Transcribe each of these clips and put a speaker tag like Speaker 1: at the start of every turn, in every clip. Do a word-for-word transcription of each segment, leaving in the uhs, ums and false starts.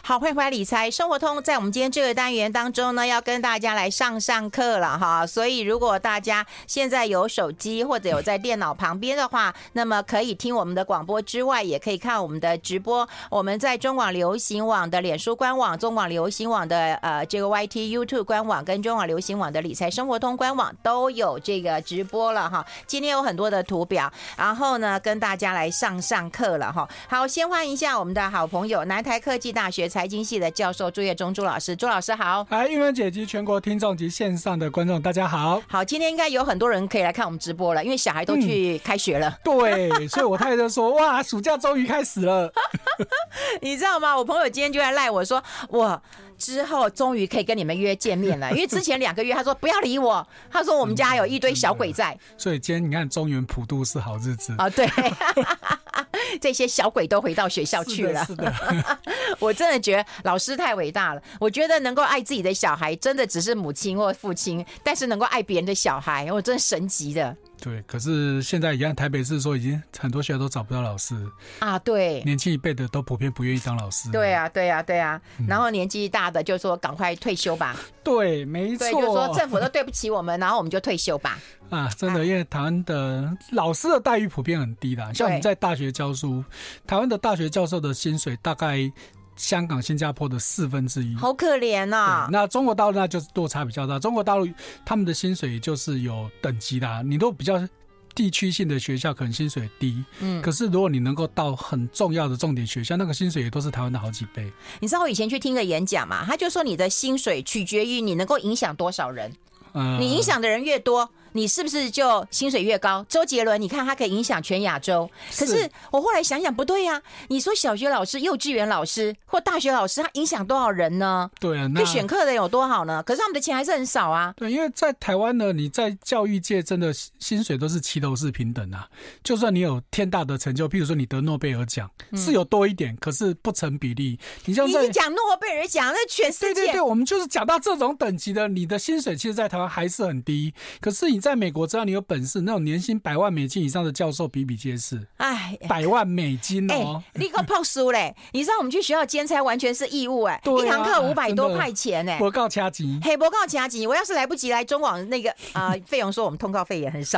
Speaker 1: 好，欢迎回来理财生活通。在我们今天这个单元当中呢，要跟大家来上上课了哈。所以如果大家现在有手机或者有在电脑旁边的话，那么可以听我们的广播之外，也可以看我们的直播。我们在中广流行网的脸书官网、中广流行网的呃这个 Y T、YouTube 官网跟中广流行网的理财生活通官网都有这个直播了哈。今天有很多的图表，然后呢跟大家来上上课了哈。好，先欢迎一下我们的好朋友南台科技大学财经系的教授朱业忠朱老师。朱老师好。
Speaker 2: 嗨，玉文姐及全国听众及线上的观众大家好。
Speaker 1: 好，今天应该有很多人可以来看我们直播了，因为小孩都去开学了、嗯、
Speaker 2: 对，所以我太太就说哇暑假终于开始了
Speaker 1: 你知道吗，我朋友今天就在赖我说我之后终于可以跟你们约见面了，因为之前两个月他说不要理我，他说我们家有一堆小鬼在、嗯、
Speaker 2: 所以今天你看中原普渡是好日子
Speaker 1: 啊、哦、对这些小鬼都回到学校去了。
Speaker 2: 是的，是的
Speaker 1: 我真的觉得老师太伟大了。我觉得能够爱自己的小孩真的只是母亲或父亲，但是能够爱别人的小孩我真的神级的。
Speaker 2: 对，可是现在一样，台北市说已经很多学校都找不到老师
Speaker 1: 啊，对，
Speaker 2: 年轻一辈的都普遍不愿意当老师。
Speaker 1: 对啊，对啊，对啊，嗯、然后年纪大的就说赶快退休吧。
Speaker 2: 对，没错，
Speaker 1: 对，就是说政府都对不起我们，然后我们就退休吧。
Speaker 2: 啊，真的，因为台湾的老师的待遇普遍很低啦，像我们在大学教书，台湾的大学教授的薪水大概香港、新加坡的四分之一，
Speaker 1: 好可怜啊！
Speaker 2: 那中国大陆那就是落差比较大，中国大陆他们的薪水就是有等级的，你都比较地区性的学校可能薪水低，嗯，可是如果你能够到很重要的重点学校，那个薪水也都是台湾的好几倍。
Speaker 1: 你知道我以前去听个演讲嘛，他就说你的薪水取决于你能够影响多少人，呃、你影响的人越多，你是不是就薪水越高？周杰伦你看他可以影响全亚洲，可是我后来想想不对啊，你说小学老师、幼稚园老师或大学老师他影响多少人呢？
Speaker 2: 对啊，
Speaker 1: 那被选课的人有多好呢？可是他们的钱还是很少啊。
Speaker 2: 对，因为在台湾呢，你在教育界真的薪水都是齐头式平等啊，就算你有天大的成就，譬如说你得诺贝尔奖、嗯、是有多一点，可是不成比例。你像在
Speaker 1: 你讲诺贝尔奖，那全世界
Speaker 2: 对对对，我们就是讲到这种等级的，你的薪水其实在台湾还是很低，可是你在美国只要你有本事，那种年薪百万美金以上的教授比比皆是。哎，百万美金哦！
Speaker 1: 欸、你给我泡书嘞！你知道我们去学校兼差完全是义务哎、欸，啊、一堂课五百多块钱哎、欸，
Speaker 2: 不告掐钱，
Speaker 1: 嘿，不告掐钱。我要是来不及来中网那个啊费、呃、用，说我们通告费也很少。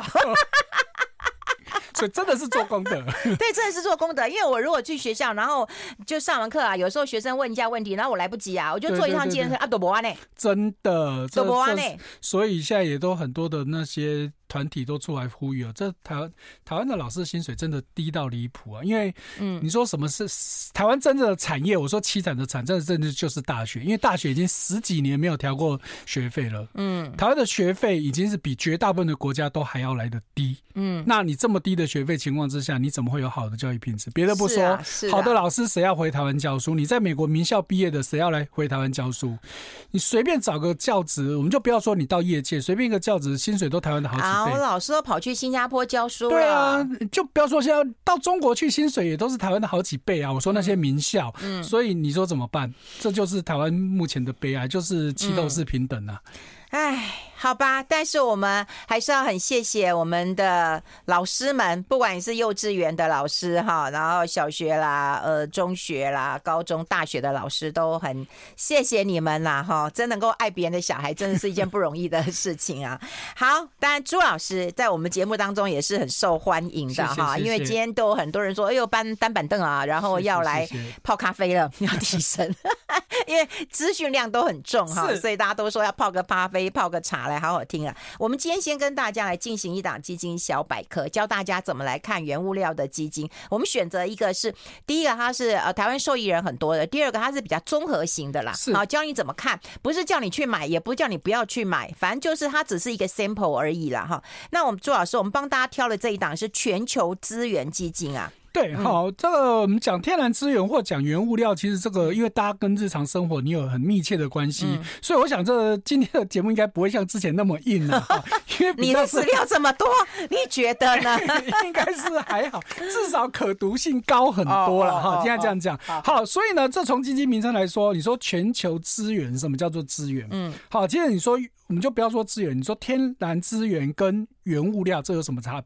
Speaker 2: 所以真的是做功德
Speaker 1: 对，真的是做功德。因为我如果去学校，然后就上完课啊，有时候学生问一下问题，然后我来不及啊，我就坐一趟计程车啊，都不完呢，
Speaker 2: 真的
Speaker 1: 都不完呢。
Speaker 2: 所以现在也都很多的那些团体都出来呼吁了，这台湾台湾的老师薪水真的低到离谱啊！因为你说什么是台湾真正的产业？我说凄惨的产，真的真的就是大学，因为大学已经十几年没有调过学费了。嗯，台湾的学费已经是比绝大部分的国家都还要来得低。嗯，那你这么低的学费情况之下，你怎么会有好的教育品质？别的不说，
Speaker 1: 是啊是啊、
Speaker 2: 好的老师谁要回台湾教书？你在美国名校毕业的，谁要来回台湾教书？你随便找个教职，我们就不要说你到业界，随便一个教职，薪水都台湾的好几倍。
Speaker 1: 好老师都跑去新加坡教书了。
Speaker 2: 对啊，就不要说现在到中国去，薪水也都是台湾的好几倍啊！我说那些名校，嗯，所以你说怎么办？这就是台湾目前的悲哀，就是齐头式平等啊。
Speaker 1: 哎，好吧，但是我们还是要很谢谢我们的老师们，不管你是幼稚园的老师哈，然后小学啦、呃中学啦、高中、大学的老师，都很谢谢你们啦哈！真能够爱别人的小孩，真的是一件不容易的事情啊。好，当然朱老师在我们节目当中也是很受欢迎的哈，因为今天都有很多人说，哎呦搬单板凳啊，然后要来泡咖啡了，要提神，因为资讯量都很重哈，所以大家都说要泡个咖啡。泡个茶来好好听啊！我们今天先跟大家来进行一档基金小百科，教大家怎么来看原物料的基金。我们选择一个是第一个，它是呃台湾受益人很多的；第二个，它是比较综合型的啦。好，教你怎么看，不是叫你去买，也不是叫你不要去买，反正就是它只是一个 sample 而已啦哈。那我们朱老师，我们帮大家挑的这一档是全球资源基金啊。
Speaker 2: 对，好，这个我们讲天然资源或讲原物料，其实这个因为大家跟日常生活你有很密切的关系，嗯、所以我想这今天的节目应该不会像之前那么硬啊。因为
Speaker 1: 你的资料这么多，你觉得呢？
Speaker 2: 应该是还好，至少可读性高很多了哈。现在这样讲，好，所以呢，这从基金名称来说，你说全球资源，什么叫做资源？嗯，好，其实你说我们就不要说资源，你说天然资源跟原物料，这有什么差别？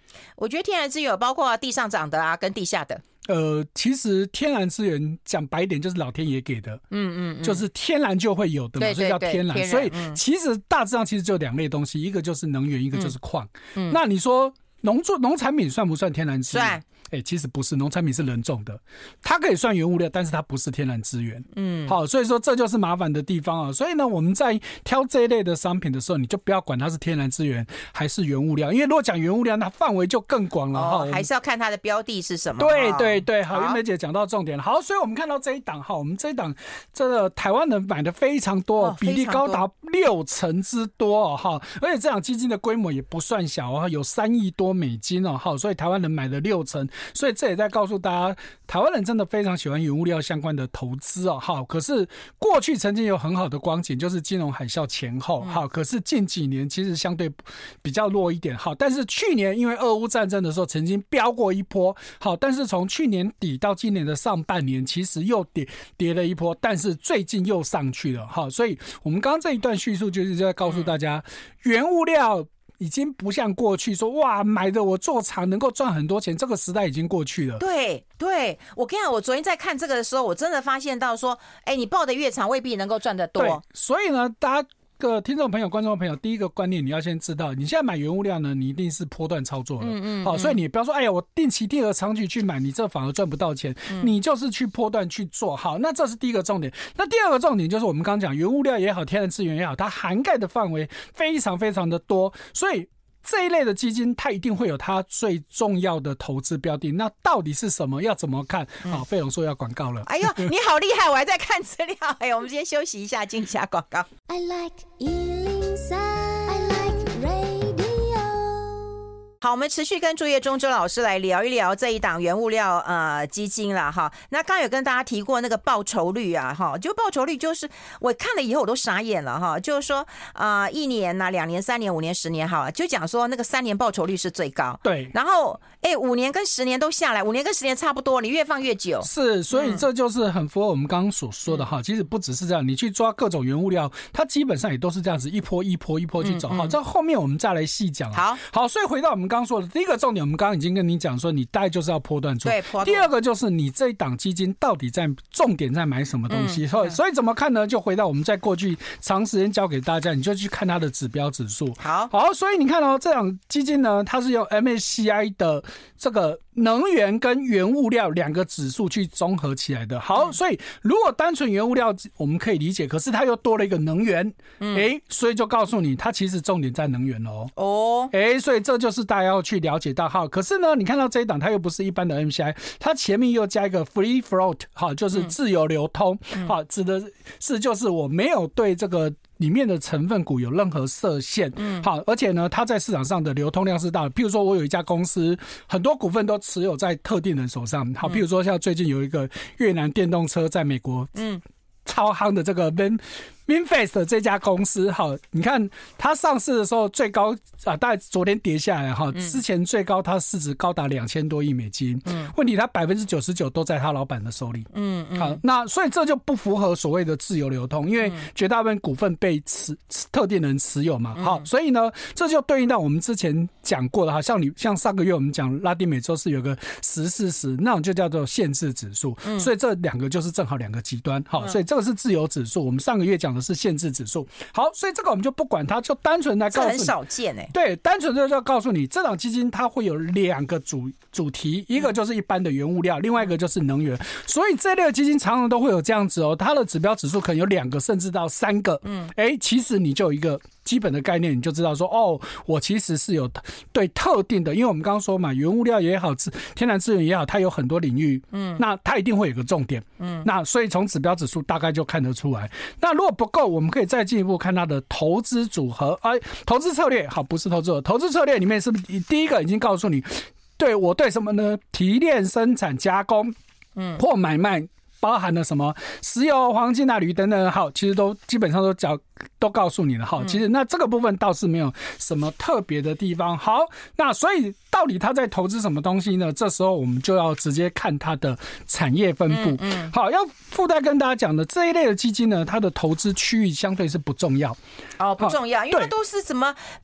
Speaker 1: 我觉得天然资源有包括地上长的啊，跟地下的。
Speaker 2: 呃，其实天然资源讲白一点就是老天爷给的，嗯嗯，就是天然就会有的嘛，
Speaker 1: 对对对，
Speaker 2: 所以叫天然。
Speaker 1: 天然
Speaker 2: 所以其实大致上其实就两类东西，一个就是能源，一个就是矿。嗯，那你说农作农产品算不算天然资源？
Speaker 1: 算。
Speaker 2: 欸、其实不是，农产品是人种的，它可以算原物料，但是它不是天然资源。嗯，好，所以说这就是麻烦的地方啊。所以呢，我们在挑这一类的商品的时候，你就不要管它是天然资源还是原物料，因为如果讲原物料，那范围就更广了哈、
Speaker 1: 哦。还是要看它的标的是什么。
Speaker 2: 对对对，好，云梅姐讲到重点了。好，所以我们看到这一档哈，我们这一档这个台湾人买的非常多，哦、比例高达六成之多哈，而且这档基金的规模也不算小啊，有三亿多美金哦，好，所以台湾人买了六成。所以这也在告诉大家，台湾人真的非常喜欢原物料相关的投资哦。好，可是过去曾经有很好的光景，就是金融海啸前后。好，可是近几年其实相对比较弱一点。好，但是去年因为俄乌战争的时候曾经飙过一波。好，但是从去年底到今年的上半年，其实又跌跌了一波，但是最近又上去了。好，所以我们刚刚这一段叙述就是在告诉大家，原物料已经不像过去说哇买的我做厂能够赚很多钱，这个时代已经过去了。
Speaker 1: 对对，我跟你讲，我昨天在看这个的时候，我真的发现到说，哎，你抱的越长未必能够赚得多。
Speaker 2: 对，所以呢，大家个听众朋友、观众朋友，第一个观念你要先知道，你现在买原物料呢，你一定是波段操作了。嗯嗯。好，所以你不要说，哎呀，我定期定额长期去买，你这反而赚不到钱。嗯、你就是去波段去做。好，那这是第一个重点。那第二个重点就是我们刚刚讲，原物料也好，天然资源也好，它涵盖的范围非常非常的多，所以这一类的基金，它一定会有它最重要的投资标的。那到底是什么？要怎么看？好，费龙说要广告了。
Speaker 1: 哎呦，你好厉害！我还在看资料。哎，我们先休息一下，进下广告。I like 一零三 I like radio。好，我们持续跟朱叶忠周老师来聊一聊这一档原物料呃基金啦哈。那刚刚有跟大家提过那个报酬率啊哈，就报酬率就是我看了以后我都傻眼了哈，就是说啊、呃、一年呐、啊、两年、三年、五年、十年好了，就讲说那个三年报酬率是最高，
Speaker 2: 对，
Speaker 1: 然后哎五年跟十年都下来，五年跟十年差不多，你越放越久，
Speaker 2: 是，所以这就是很符合我们刚刚所说的哈、嗯。其实不只是这样，你去抓各种原物料，它基本上也都是这样子一波一波一波去走哈。这、嗯嗯、后面我们再来细讲。
Speaker 1: 好，
Speaker 2: 好，所以回到我们刚刚说的第一个重点，我们刚刚已经跟你讲说，你大概就是要波段做。
Speaker 1: 对，波段。
Speaker 2: 第二个就是你这一档基金到底在重点在买什么东西？嗯、所以怎么看呢？就回到我们在过去长时间教给大家，你就去看它的指标指数。
Speaker 1: 好，
Speaker 2: 好，所以你看哦，这档基金呢，它是用 M S C I 的这个能源跟原物料两个指数去综合起来的。好，所以如果单纯原物料我们可以理解，可是它又多了一个能源，嗯，哎，所以就告诉你，它其实重点在能源哦。
Speaker 1: 哦，
Speaker 2: 哎，所以这就是大家要去了解到。好，可是呢，你看到这一档，它又不是一般的 M S C I， 它前面又加一个 free float， 好，就是自由流通，嗯、好，指的是就是我没有对这个里面的成分股有任何设限，嗯，好，而且呢，它在市场上的流通量是大的。譬如说，我有一家公司，很多股份都持有在特定人手上，好，譬如说像最近有一个越南电动车在美国，嗯，超夯的这个 Vin Vinfast 的这家公司，好，你看它上市的时候最高啊，大概昨天跌下来哈，之前最高它市值高达两千多亿美金，嗯，问题它百分之九十九都在他老板的手里，嗯嗯，好，那所以这就不符合所谓的自由流通，因为绝大部分股份被持特定人持有嘛，好，所以呢，这就对应到我们之前讲过的哈，像你像上个月我们讲拉丁美洲是有个十四十，那种就叫做限制指数，嗯，所以这两个就是正好两个极端，好，所以这个是自由指数，我们上个月讲的是限制指数。好，所以这个我们就不管它，就单纯来告诉你，
Speaker 1: 这很少见哎、欸。
Speaker 2: 对，单纯就要告诉你，这档基金它会有两个主主题，一个就是一般的原物料，另外一个就是能源。所以这类的基金常常都会有这样子哦，它的指标指数可能有两个甚至到三个。嗯，哎，其实你就有一个基本的概念，你就知道说，哦，我其实是有对特定的，因为我们刚刚说嘛，原物料也好，天然资源也好，它有很多领域，嗯，那它一定会有个重点，嗯，那所以从指标指数大概就看得出来。那如果不够，我们可以再进一步看它的投资组合，哎，投资策略，好，不是投资组合，投资策略里面是不是第一个已经告诉你，对我对什么呢？提炼、生产、加工，嗯，或买卖。包含了什么石油、黄金啊、铝等等，好，其实都基本上都讲都告诉你了，好，其实那这个部分倒是没有什么特别的地方。好，那所以到底他在投资什么东西呢？这时候我们就要直接看它的产业分布。嗯嗯，好，要附带跟大家讲的这一类的基金呢，它的投资区域相对是不重要。
Speaker 1: 哦，不重要，因为它都是什么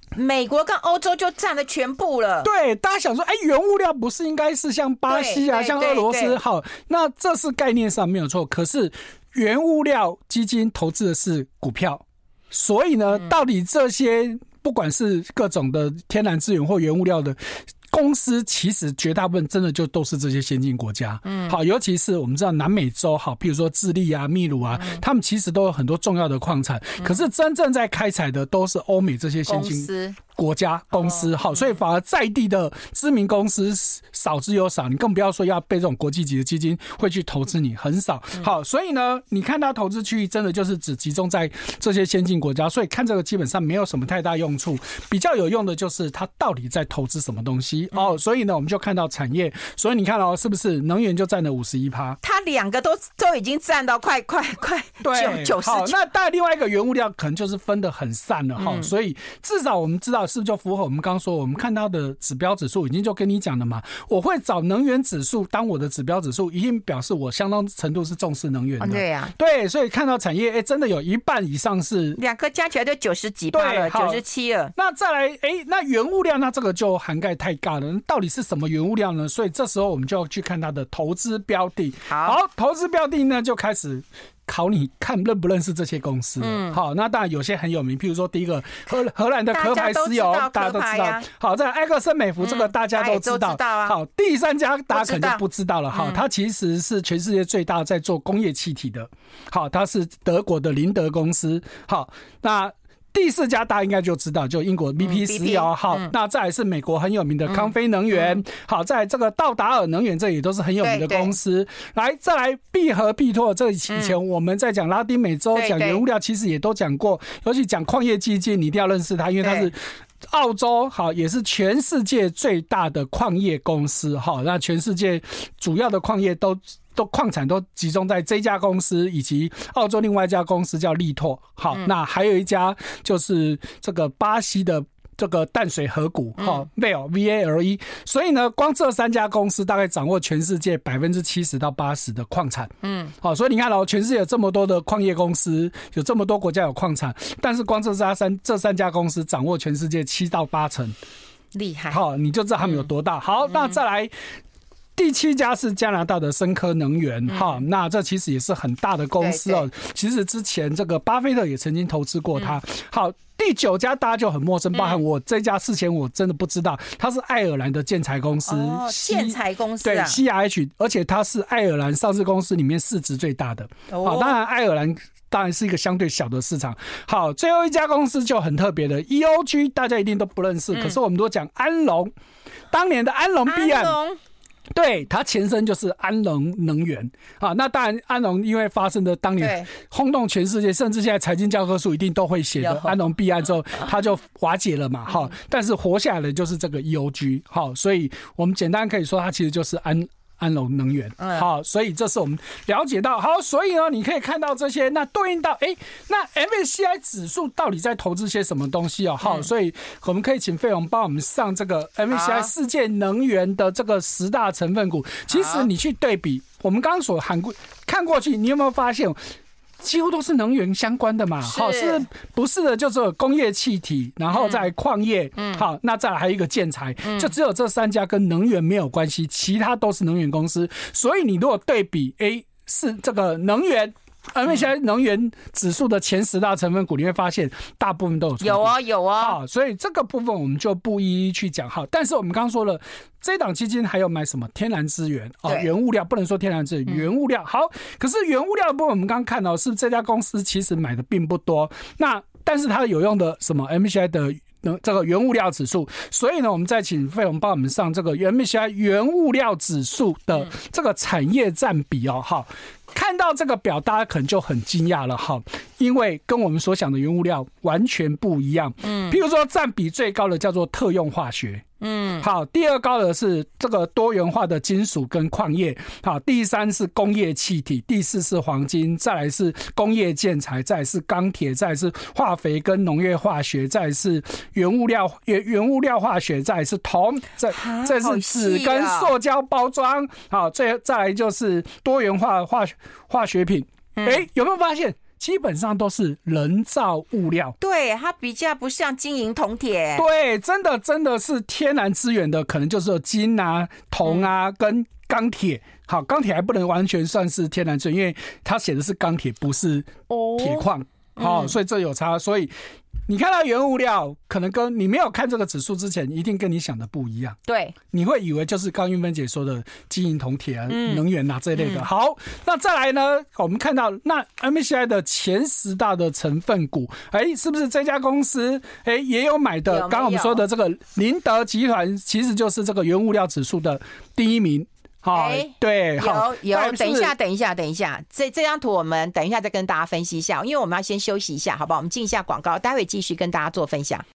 Speaker 1: 美国跟欧洲就占了全部了。
Speaker 2: 对，大家想说，哎，原物料不是应该是像巴西啊，像俄罗斯？好，那这是概念上没有错。可是原物料基金投资的是股票，所以呢，到底这些不管是各种的天然资源或原物料的公司，其实绝大部分真的就都是这些先进国家。嗯，好，尤其是我们知道南美洲，好，比如说智利啊、秘鲁啊，嗯、他们其实都有很多重要的矿产，嗯、可是真正在开采的都是欧美这些先进国家公司。好，所以反而在地的知名公司少之又少，你更不要说要被这种国际级的基金会去投资你，很少。好，所以呢，你看它投资区域真的就是只集中在这些先进国家，所以看这个基本上没有什么太大用处。比较有用的就是它到底在投资什么东西。哦，所以呢，我们就看到产业，所以你看哦，是不是能源就占了 百分之五十一？
Speaker 1: 它两个都都已经占到快快快
Speaker 2: 对
Speaker 1: 九十。
Speaker 2: 好，那当然另外一个原物料可能就是分得很散了哈、嗯，所以至少我们知道是不是就符合我们刚刚说，我们看到的指标指数已经就跟你讲了嘛，我会找能源指数当我的指标指数，一定表示我相当程度是重视能源的。哦、
Speaker 1: 对呀、啊，
Speaker 2: 对，所以看到产业，哎，真的有一半以上是
Speaker 1: 两个加起来就九十几趴了，九十七了。
Speaker 2: 那再来，哎，那原物料，那这个就涵盖太大了。到底是什么原物料呢？所以这时候我们就要去看它的投资标的。
Speaker 1: 好，
Speaker 2: 好，投资标的呢就开始考你看认不认识这些公司。嗯，好，那当然有些很有名，譬如说第一个荷荷兰的壳牌石油，大家都知道。好，在埃克森美孚这个大家都知道。嗯、知道啊、好，第三家大家可能就不知道了。好，它其实是全世界最大在做工业气体的。好，它是德国的林德公司。好，那第四家大家应该就知道，就英国 B P 石油。好、嗯，那再来是美国很有名的康菲能源。嗯、好，在这个道达尔能源，这也都是很有名的公司。来，再来必和必拓，这以前我们在讲拉丁美洲讲、嗯、原物料，其实也都讲过，尤其讲矿业基金，你一定要认识它，因为它是澳洲，好，也是全世界最大的矿业公司。好，那全世界主要的矿业都。都矿产都集中在这家公司以及澳洲另外一家公司叫力拓。好、嗯，那还有一家就是这个巴西的这个淡水河谷，哈 ，Vale V A L E。所以呢，光这三家公司大概掌握全世界百分之七十到八十的矿产。嗯，好，所以你看哦，全世界有这么多的矿业公司，有这么多国家有矿产，但是光这三这三家公司掌握全世界七到八成，
Speaker 1: 厉害。
Speaker 2: 好，你就知道他们有多大。好，那再来。第七家是加拿大的深科能源。嗯、哈，那这其实也是很大的公司哦。其实之前这个巴菲特也曾经投资过它。嗯、好，第九家大家就很陌生，包含我这家事前我真的不知道，它是爱尔兰的建材公司。
Speaker 1: 哦，建材公司、啊、
Speaker 2: 对 C R H， 而且它是爱尔兰上市公司里面市值最大的。哦，好，当然爱尔兰当然是一个相对小的市场。好，最后一家公司就很特别的 E O G， 大家一定都不认识，嗯、可是我们都讲安龙，当年的安龙弊案。对，它前身就是安龙能源啊。那当然，安龙因为发生的当年轰动全世界，甚至现在财经教科书一定都会写的安龙弊案之后，它就瓦解了嘛。哈，但是活下来的就是这个 E O G。好，所以我们简单可以说，它其实就是安。安龙能源。好，所以这是我们了解到。好，所以呢，你可以看到这些，那对应到哎，那 M S C I 指数到底在投资些什么东西哦？好，所以我们可以请费勇帮我们上这个 M S C I 世界能源的这个十大成分股。其实你去对比我们刚刚所喊过看过去，你有没有发现？几乎都是能源相关的嘛，好，是不是的？就是工业气体，然后再矿业，嗯，好，那再来还有一个建材，嗯，就只有这三家跟能源没有关系，其他都是能源公司。所以你如果对比，哎，是这个能源。M S C I 能源指数的前十大成分股，你会发现大部分都有
Speaker 1: 有啊有啊，
Speaker 2: 所以这个部分我们就不一一去讲哈。但是我们刚刚说了，这档基金还有买什么天然资源啊、哦，原物料不能说天然资源，原物料好。可是原物料的部分，我们刚刚看到是不是这家公司其实买的并不多，那但是它有用的什么 M S C I 的。这个原物料指数，所以呢，我们再请费勇帮我们上这个 M S C I 原物料指数的这个产业占比哦，好，看到这个表，大家可能就很惊讶了哈，因为跟我们所想的原物料完全不一样。嗯，譬如说占比最高的叫做特用化学。嗯，好，第二高的是这个多元化的金属跟矿业，好，第三是工业气体，第四是黄金，再来是工业建材，再来是钢铁，再来是化肥跟农业化学，再来是原物料原原物料化学，再来是铜，再再是纸跟塑胶包装，好，最再来就是多元化化化学品。哎、欸，有没有发现？ 基本上都是人造物料。
Speaker 1: 对，它比较不像金银铜铁。
Speaker 2: 对，真的真的是天然资源的，可能就是有金啊、铜啊、嗯、跟钢铁。好，钢铁还不能完全算是天然资源，因为它写的是钢铁，不是铁矿。好、哦嗯，所以这有差。所以你看到原物料，可能跟你没有看这个指数之前，一定跟你想的不一样。
Speaker 1: 对，
Speaker 2: 你会以为就是刚韵芬姐说的金银铜铁啊、嗯、能源啊这一类的、嗯。好，那再来呢？我们看到那 M S C I 的前十大的成分股，哎，是不是这家公司哎也有买的？刚刚我们说的这个林德集团，其实就是这个原物料指数的第一名。好、欸，对，
Speaker 1: 有有，等一下，等一下，等一下，这这张图我们等一下再跟大家分析一下，因为我们要先休息一下，好不好？我们进一下广告，待会继续跟大家做分享。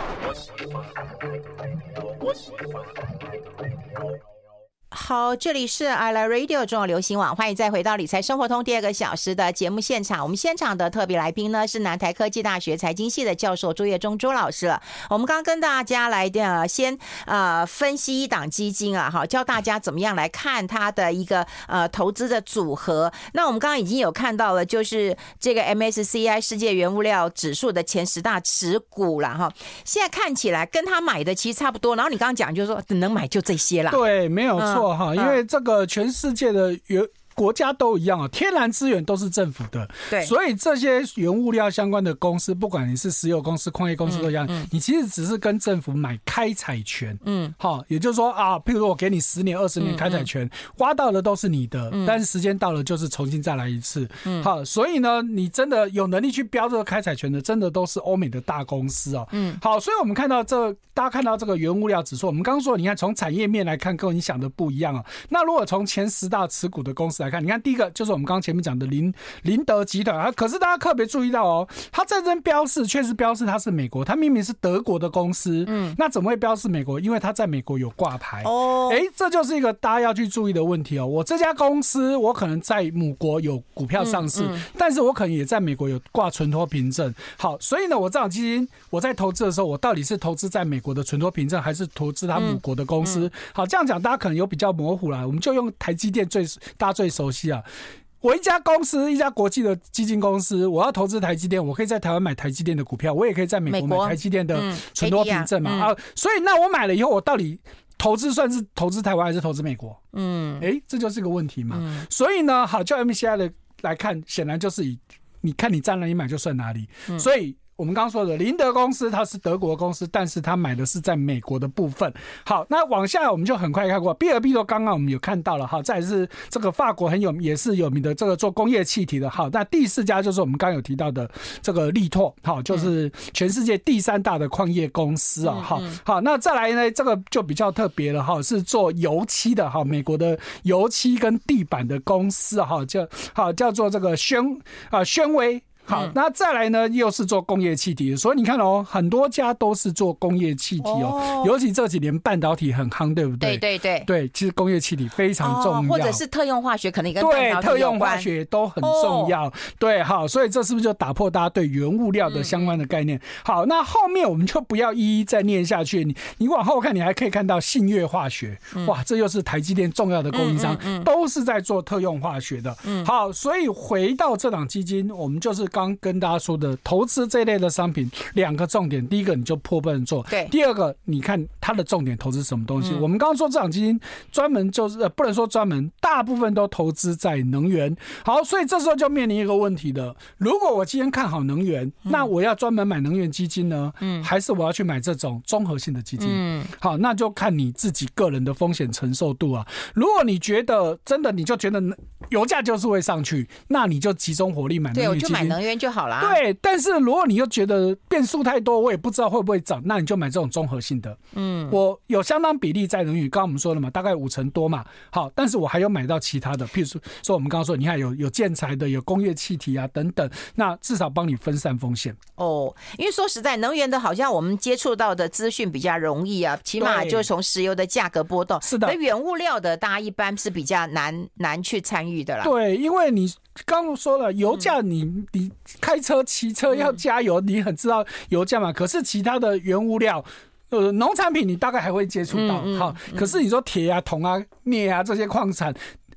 Speaker 1: 好，这里是 I Like Radio 中国流行网，欢迎再回到理财生活通第二个小时的节目现场。我们现场的特别来宾呢是南台科技大学财经系的教授朱业忠朱老师了。我们刚刚跟大家来的先呃分析一档基金啊，好，教大家怎么样来看它的一个呃投资的组合。那我们刚刚已经有看到了，就是这个 M S C I 世界原物料指数的前十大持股了哈。现在看起来跟他买的其实差不多，然后你刚刚讲就是说能买就这些啦。
Speaker 2: 对，没有错。嗯因为这个全世界的原国家都一样啊，天然资源都是政府的，对，所以这些原物料相关的公司，不管你是石油公司、矿业公司都一样、嗯嗯，你其实只是跟政府买开采权，嗯，好，也就是说啊，譬如说我给你十年、二十年开采权，嗯嗯、挖到的都是你的、嗯，但是时间到了就是重新再来一次，嗯，好，所以呢，你真的有能力去标这个开采权的，真的都是欧美的大公司哦，嗯，好，所以我们看到这，大家看到这个原物料指数，我们刚刚说，你看从产业面来看，跟你想的不一样啊。那如果从前十大持股的公司来看，你看第一个就是我们刚刚前面讲的林林德集团啊，可是大家特别注意到哦，它在这标示确实标示它是美国，它明明是德国的公司，嗯，那怎么会标示美国？因为它在美国有挂牌哦，哎，这就是一个大家要去注意的问题哦。我这家公司我可能在母国有股票上市，嗯嗯、但是我可能也在美国有挂存托凭证。好，所以呢，我这档基金我在投资的时候，我到底是投资在美国的存托凭证，还是投资它母国的公司？嗯嗯、好，这样讲大家可能有比较模糊啦，我们就用台积电最大家最熟悉啊。我一家公司，一家国际的基金公司，我要投资台积电，我可以在台湾买台积电的股票，我也可以在美国买台积电的存托凭证嘛、嗯、啊，所以那我买了以后，我到底投资算是投资台湾还是投资美国？嗯，哎，这就是个问题嘛。嗯、所以呢，好，就 M S C I 的来看，显然就是以你看你在哪里买就算哪里，嗯、所以。我们刚刚说的林德公司，它是德国公司，但是它买的是在美国的部分。好，那往下我们就很快看过，比尔必多刚刚我们有看到了，好，再来是这个法国很有也是有名的这个做工业气体的。好，那第四家就是我们刚刚有提到的这个力拓，好，就是全世界第三大的矿业公司啊。好，好，那再来呢，这个就比较特别了哈，是做油漆的哈，美国的油漆跟地板的公司哈，叫好叫做这个宣啊宣威。好，那再来呢，又是做工业气体的，所以你看哦，很多家都是做工业气体哦，哦尤其这几年半导体很夯，对不对？对对对，对，其实工业气体非常重要，哦、或
Speaker 1: 者是特用化学，可能跟半导体有关，
Speaker 2: 对，特用化学都很重要。哦、对，好，所以这是不是就打破大家对原物料的相关的概念？嗯、好，那后面我们就不要一一再念下去，你你往后看，你还可以看到信越化学，嗯、哇，这又是台积电重要的供应商，嗯嗯嗯、都是在做特用化学的。嗯、好，所以回到这档基金，我们就是刚跟大家说的投资这类的商品，两个重点，第一个你就破本做，对；第二个你看它的重点投资什么东西。嗯、我们刚刚说这档基金专门就是、呃、不能说专门，大部分都投资在能源。好，所以这时候就面临一个问题的：如果我今天看好能源，嗯、那我要专门买能源基金呢，嗯、还是我要去买这种综合性的基金？嗯、好，那就看你自己个人的风险承受度啊。如果你觉得真的，你就觉得油价就是会上去，那你就集中火力买能源基金，对，我就买能源就好啦。对，但是如果你又觉得变数太多，我也不知道会不会涨，那你就买这种综合性的。嗯，我有相当比例在能源，刚刚我们说了嘛，大概五成多嘛。好，但是我还有买到其他的，譬如说我们刚刚说，你看有有建材的，有工业气体啊等等，那至少帮你分散风险。哦，因为说实在，能源的好像我们接触到的资讯比较容易啊，起码就从石油的价格波动。是的，而原物料的大家一般是比较难难去参与的啦。对，因为你刚刚说了，油价你、嗯、你开车骑车要加油，你很知道油价嘛？可是其他的原物料，呃，农产品你大概还会接触到，好、嗯嗯嗯，可是你说铁啊、铜啊、镍啊这些矿产。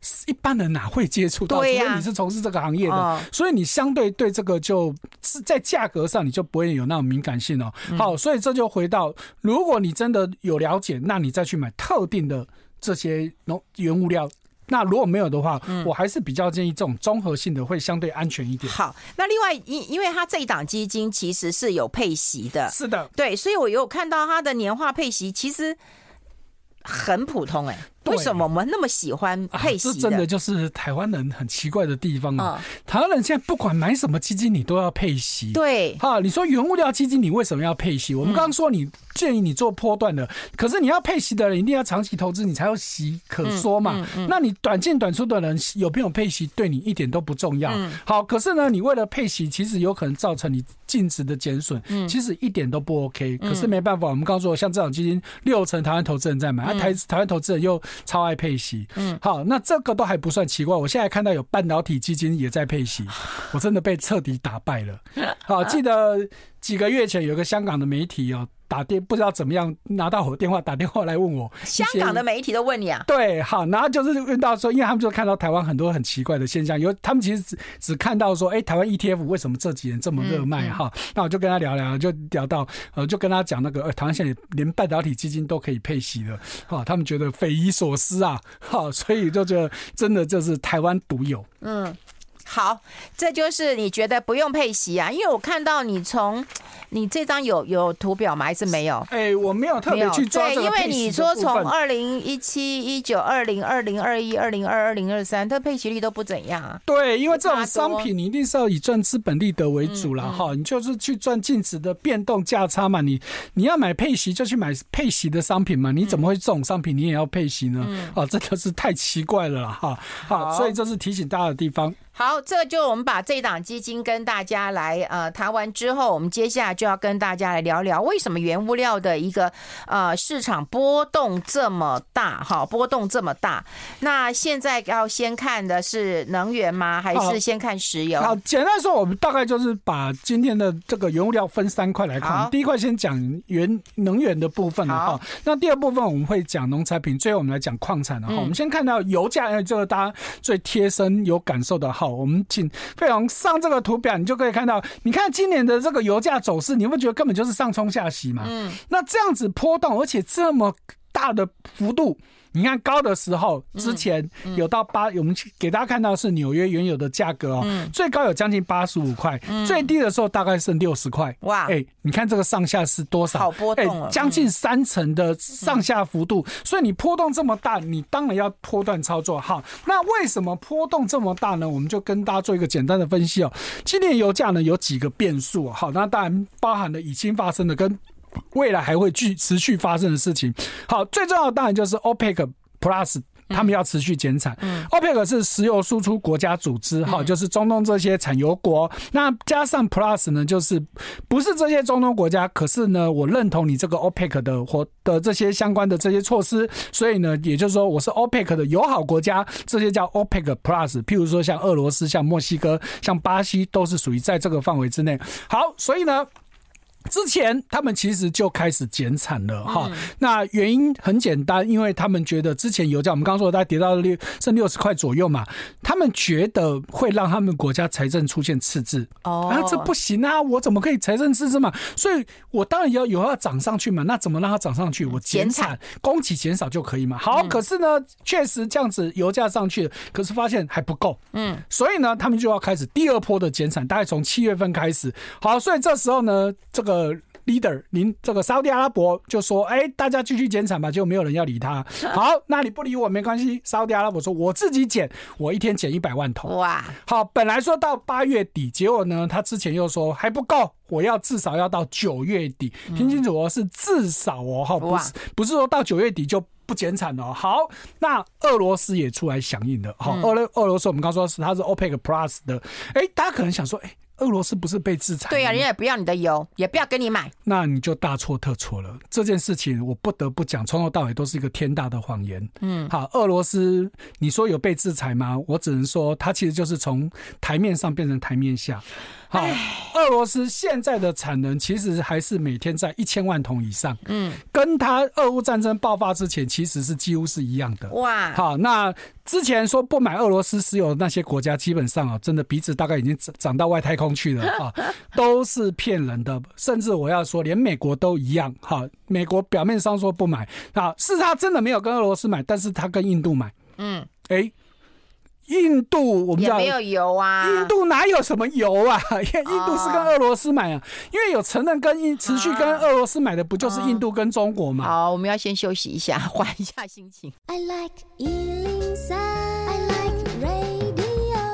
Speaker 2: 一般人哪会接触到？
Speaker 1: 对呀、
Speaker 2: 除非你是从事这个行业的、
Speaker 1: 哦，
Speaker 2: 所以你相对对这个就是在价格上你就不会有那种敏感性哦。
Speaker 1: 嗯、
Speaker 2: 好，所以这就回到，如果你真的有了解，那你再去买特定的这些原物料。那如果没有的话、嗯、我还是比较建议这种综合性的会相对安全一点。
Speaker 1: 好，那另外因因为它这一档基金其实是有配息的，
Speaker 2: 是的，
Speaker 1: 对，所以我有看到它的年化配息其实很普通哎、欸。为什么我们那么喜欢配息的、
Speaker 2: 啊、这真的就是台湾人很奇怪的地方啊！
Speaker 1: 嗯、
Speaker 2: 台湾人现在不管买什么基金，你都要配息。
Speaker 1: 对，
Speaker 2: 好，你说原物料基金，你为什么要配息？我们刚刚说你建议你做波段的，嗯、可是你要配息的人一定要长期投资，你才有息可说嘛。嗯嗯嗯、那你短进短出的人有没有配息，对你一点都不重要。嗯、好，可是呢，你为了配息，其实有可能造成你净值的减损，嗯、其实一点都不 OK。可是没办法，我们刚刚说像这种基金，六成台湾投资人在买，嗯啊、台台湾投资人又超爱配息。嗯，好，那这个都还不算奇怪。我现在看到有半导体基金也在配息，我真的被彻底打败了。好，记得几个月前有个香港的媒体哦，打电不知道怎么样拿到我的电话，打电话来问我。
Speaker 1: 香港的媒体都问你啊？
Speaker 2: 对，好，然后就是问到说，因为他们就看到台湾很多很奇怪的现象，有他们其实 只, 只看到说，哎，台湾 E T F 为什么这几年这么热卖哈、嗯嗯？那我就跟他聊聊，就聊到呃，就跟他讲那个，呃，台湾现在连半导体基金都可以配息了，哈，他们觉得匪夷所思啊，好，所以就觉得真的就是台湾独有，
Speaker 1: 嗯。好，这就是你觉得不用配息啊？因为我看到你从你这张有有图表吗？还是没有？
Speaker 2: 哎、欸，我没有特别去抓这个配息的部分。
Speaker 1: 对，因为你说从二零一七、一九、二零、二零二一、二零二二、二零二三，它配息率都不怎样啊。
Speaker 2: 对，因为这种商品你一定是要以赚资本利得为主啦，哈、嗯嗯，你就是去赚净值的变动价差嘛。你你要买配息就去买配息的商品嘛，你怎么会这种商品你也要配息呢？嗯、啊，真的是太奇怪了啦，哈。好，所以这是提醒大家的地方。
Speaker 1: 好，这个就我们把这档基金跟大家来呃谈完之后，我们接下来就要跟大家来聊聊为什么原物料的一个呃市场波动这么大，哈，波动这么大。那现在要先看的是能源吗？还是先看石油？
Speaker 2: 好，好简单说，我们大概就是把今天的这个原物料分三块来看。第一块先讲原能源的部分哈，那第二部分我们会讲农产品，最后我们来讲矿产哈、嗯。我们先看到油价，因为这个大家最贴身有感受的哈。好，我们请费鸿上这个图表，你就可以看到，你看今年的这个油价走势，你会觉得根本就是上冲下洗嘛？嗯，那这样子波动，而且这么大的幅度。你看高的时候，之前有到八、嗯嗯，我们给大家看到是纽约原油的价格哦，嗯、最高有将近八十五块，最低的时候大概剩六十块。哇，哎、欸，你看这个上下是多少？
Speaker 1: 好波动了，
Speaker 2: 将、欸、近三成的上下幅度、嗯，所以你波动这么大，你当然要波段操作。好，那为什么波动这么大呢？我们就跟大家做一个简单的分析哦。今年油价呢有几个变数，好，那当然包含了已经发生的跟未来还会持续发生的事情。好，最重要的当然就是 OPEC Plus。他们要持续减产、嗯、OPEC 是石油输出国家组织、嗯、就是中东这些产油国，那加上 Plus 呢，就是不是这些中东国家，可是呢我认同你这个 OPEC 的或的这些相关的这些措施，所以呢也就是说我是 OPEC 的友好国家，这些叫 OPEC Plus， 譬如说像俄罗斯、像墨西哥、像巴西都是属于在这个范围之内。好，所以呢之前他们其实就开始减产了哈、嗯，那原因很简单，因为他们觉得之前油价我们刚刚说大概跌到六剩六十块左右嘛，他们觉得会让他们国家财政出现赤字哦，啊这不行啊，我怎么可以财政赤字嘛？所以我当然要有要涨上去嘛，那怎么让它涨上去？我减产，供给减少就可以嘛。好，嗯、可是呢，确实这样子油价上去了，可是发现还不够，嗯，所以呢，他们就要开始第二波的减产，大概从七月份开始。好，所以这时候呢，这个。呃 leader 您这个沙特阿拉伯就说哎、欸，大家继续减产吧，结果没有人要理他。好，那你不理我没关系，沙特阿拉伯说我自己减，我一天减一百万桶。哇，好，本来说到八月底，结果呢他之前又说还不够，我要至少要到九月底、嗯、听清楚哦，是至少哦，不是不是说到九月底就不减产哦。好，那俄罗斯也出来响应了。好，俄俄罗斯我们刚说是它是 OPEC Plus 的，哎，大家可能想说，哎。 俄罗斯不是被制裁？
Speaker 1: 对啊，人家也不要你的油，也不要跟你买，
Speaker 2: 那你就大错特错了。这件事情我不得不讲，从头到尾都是一个天大的谎言。嗯，好，俄罗斯你说有被制裁吗？我只能说，它其实就是从台面上变成台面下。好，俄罗斯现在的产能其实还是每天在一千万桶以上，嗯，跟它俄乌战争爆发之前其实是几乎是一样的。哇，好，那之前说不买俄罗斯石油的那些国家，基本上啊，真的鼻子大概已经长到外太空去了啊，都是骗人的。甚至我要说，连美国都一样。哈，美国表面上说不买，啊，是他真的没有跟俄罗斯买，但是他跟印度买。嗯，哎、欸。印度我们知道
Speaker 1: 也没有油啊，
Speaker 2: 印度哪有什么油啊？因为印度是跟俄罗斯买啊，因为有承认跟印持续跟俄罗斯买的，不就是印度跟中国吗？
Speaker 1: 好，我们要先休息一下，缓一下心情。I like 一零三 I like radio。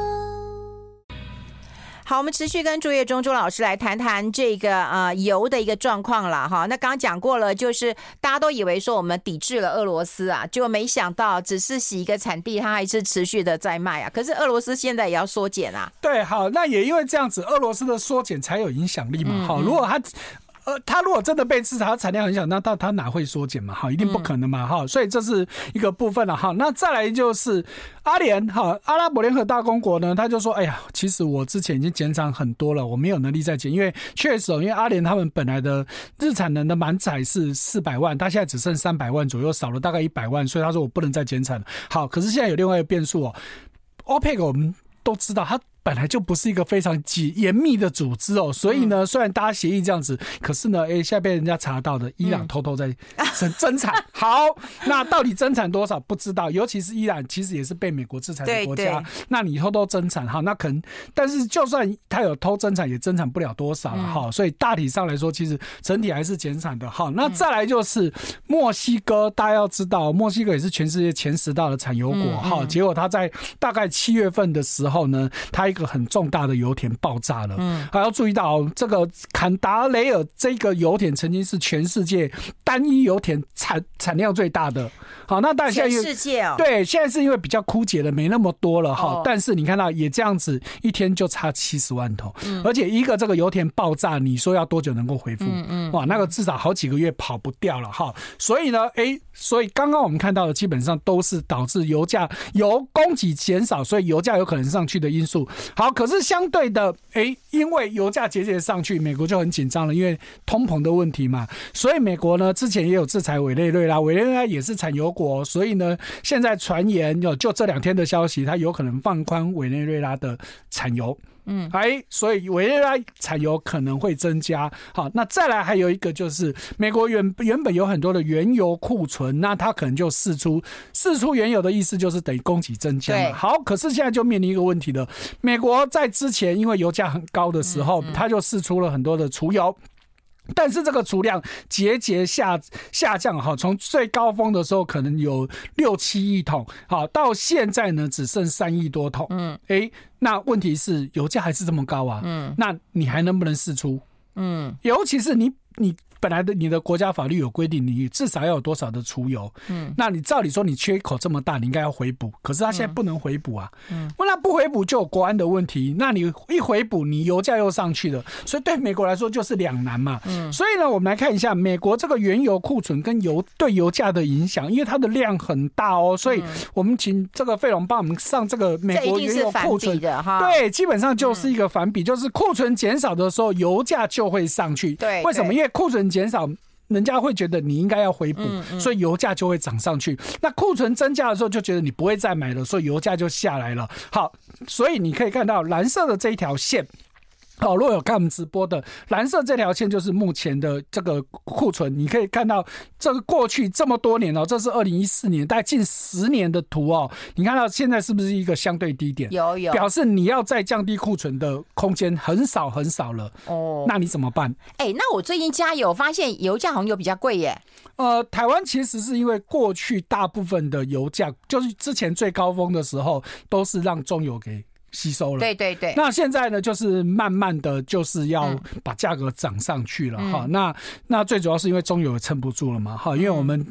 Speaker 1: 好，我们持续跟朱业忠朱老师来谈谈这个呃油的一个状况了哈。那刚刚讲过了，就是大家都以为说我们抵制了俄罗斯啊，结果没想到只是洗一个产地，它还是持续的在卖啊。可是俄罗斯现在也要缩减啊。
Speaker 2: 对，好，那也因为这样子，俄罗斯的缩减才有影响力嘛。好、嗯嗯，如果它。呃，他如果真的被制裁，他产量很小，那他他哪会缩减嘛？哈，一定不可能嘛！哈、嗯，所以这是一个部分了哈。那再来就是阿联哈，阿拉伯联合大公国呢，他就说，哎呀，其实我之前已经减产很多了，我没有能力再减，因为确实，因为阿联他们本来的日产能的满载是四百万，他现在只剩三百万左右，少了大概一百万，所以他说我不能再减产了。好，可是现在有另外一个变数哦 ，OPEC 我们都知道，他本来就不是一个非常严密的组织哦，所以呢，虽然大家协议这样子，可是呢，哎，现在被人家查到的，伊朗偷偷在增增产。好，那到底增产多少不知道，尤其是伊朗，其实也是被美国制裁的国家。那你偷偷增产，哈，那可能，但是就算他有偷增产，也增产不了多少了哈、嗯。所以大体上来说，其实整体还是减产的哈。那再来就是墨西哥，大家要知道，墨西哥也是全世界前十大的产油国哈、嗯嗯。结果他在大概七月份的时候呢，他一个很重大的油田爆炸了，嗯，还要注意到、哦、这个坎达雷尔这个油田曾经是全世界单一油田产产量最大的。好，那当然现在
Speaker 1: 全世界哦，
Speaker 2: 对，现在是因为比较枯竭了，没那么多了哈、哦。但是你看到也这样子，一天就差七十万桶、嗯，而且一个这个油田爆炸，你说要多久能够恢复？嗯嗯，哇，那个至少好几个月跑不掉了哈。所以呢，哎，所以刚刚我们看到的基本上都是导致油价油供给减少，所以油价有可能上去的因素。好，可是相对的，哎，因为油价节节上去，美国就很紧张了，因为通膨的问题嘛。所以美国呢之前也有制裁委内瑞拉，委内瑞拉也是产油国，所以呢现在传言有就这两天的消息，它有可能放宽委内瑞拉的产油。嗯，哎，所以委内瑞拉产油可能会增加。好，那再来还有一个就是美国原原本有很多的原油库存，那它可能就释出释出原油的意思就是等于供给增加嘛。好，可是现在就面临一个问题了，美国在之前因为油价很高的时候，它就释出了很多的储油。但是这个储量节节下下降哈，从最高峰的时候可能有六七亿桶，好，到现在呢只剩三亿多桶。嗯，哎，那问题是油价还是这么高啊？嗯，那你还能不能释出？嗯，尤其是你你。本来的你的国家法律有规定，你至少要有多少的储油，嗯，那你照理说你缺口这么大，你应该要回补，可是他现在不能回补啊，嗯，那不回补就有国安的问题，那你一回补，你油价又上去了，所以对美国来说就是两难嘛，嗯，所以呢，我们来看一下美国这个原油库存跟油对油价的影响，因为它的量很大哦，所以我们请这个费龙帮我们上这个美国原油库存
Speaker 1: 的哈，
Speaker 2: 对，基本上就是一个反比，就是库存减少的时候，油价就会上去，
Speaker 1: 对，
Speaker 2: 为什么？因为库存减少，人家会觉得你应该要回补、嗯嗯，所以油价就会涨上去。那库存增加的时候，就觉得你不会再买了，所以油价就下来了。好，所以你可以看到蓝色的这一条线。好，如果有看我们直播的，蓝色这条线就是目前的这个库存，你可以看到这个过去这么多年哦，这是二零一四年，大概近十年的图哦，你看到现在是不是一个相对低点？
Speaker 1: 有有，
Speaker 2: 表示你要再降低库存的空间很少很少了。哦，那你怎么办？
Speaker 1: 哎、欸，那我最近加油发现油价好像有比较贵耶。
Speaker 2: 呃，台湾其实是因为过去大部分的油价，就是之前最高峰的时候，都是让中油给吸收了，
Speaker 1: 对对对。
Speaker 2: 那现在呢，就是慢慢的就是要把价格涨上去了哈、嗯。那那最主要是因为中油也撑不住了嘛哈，因为我们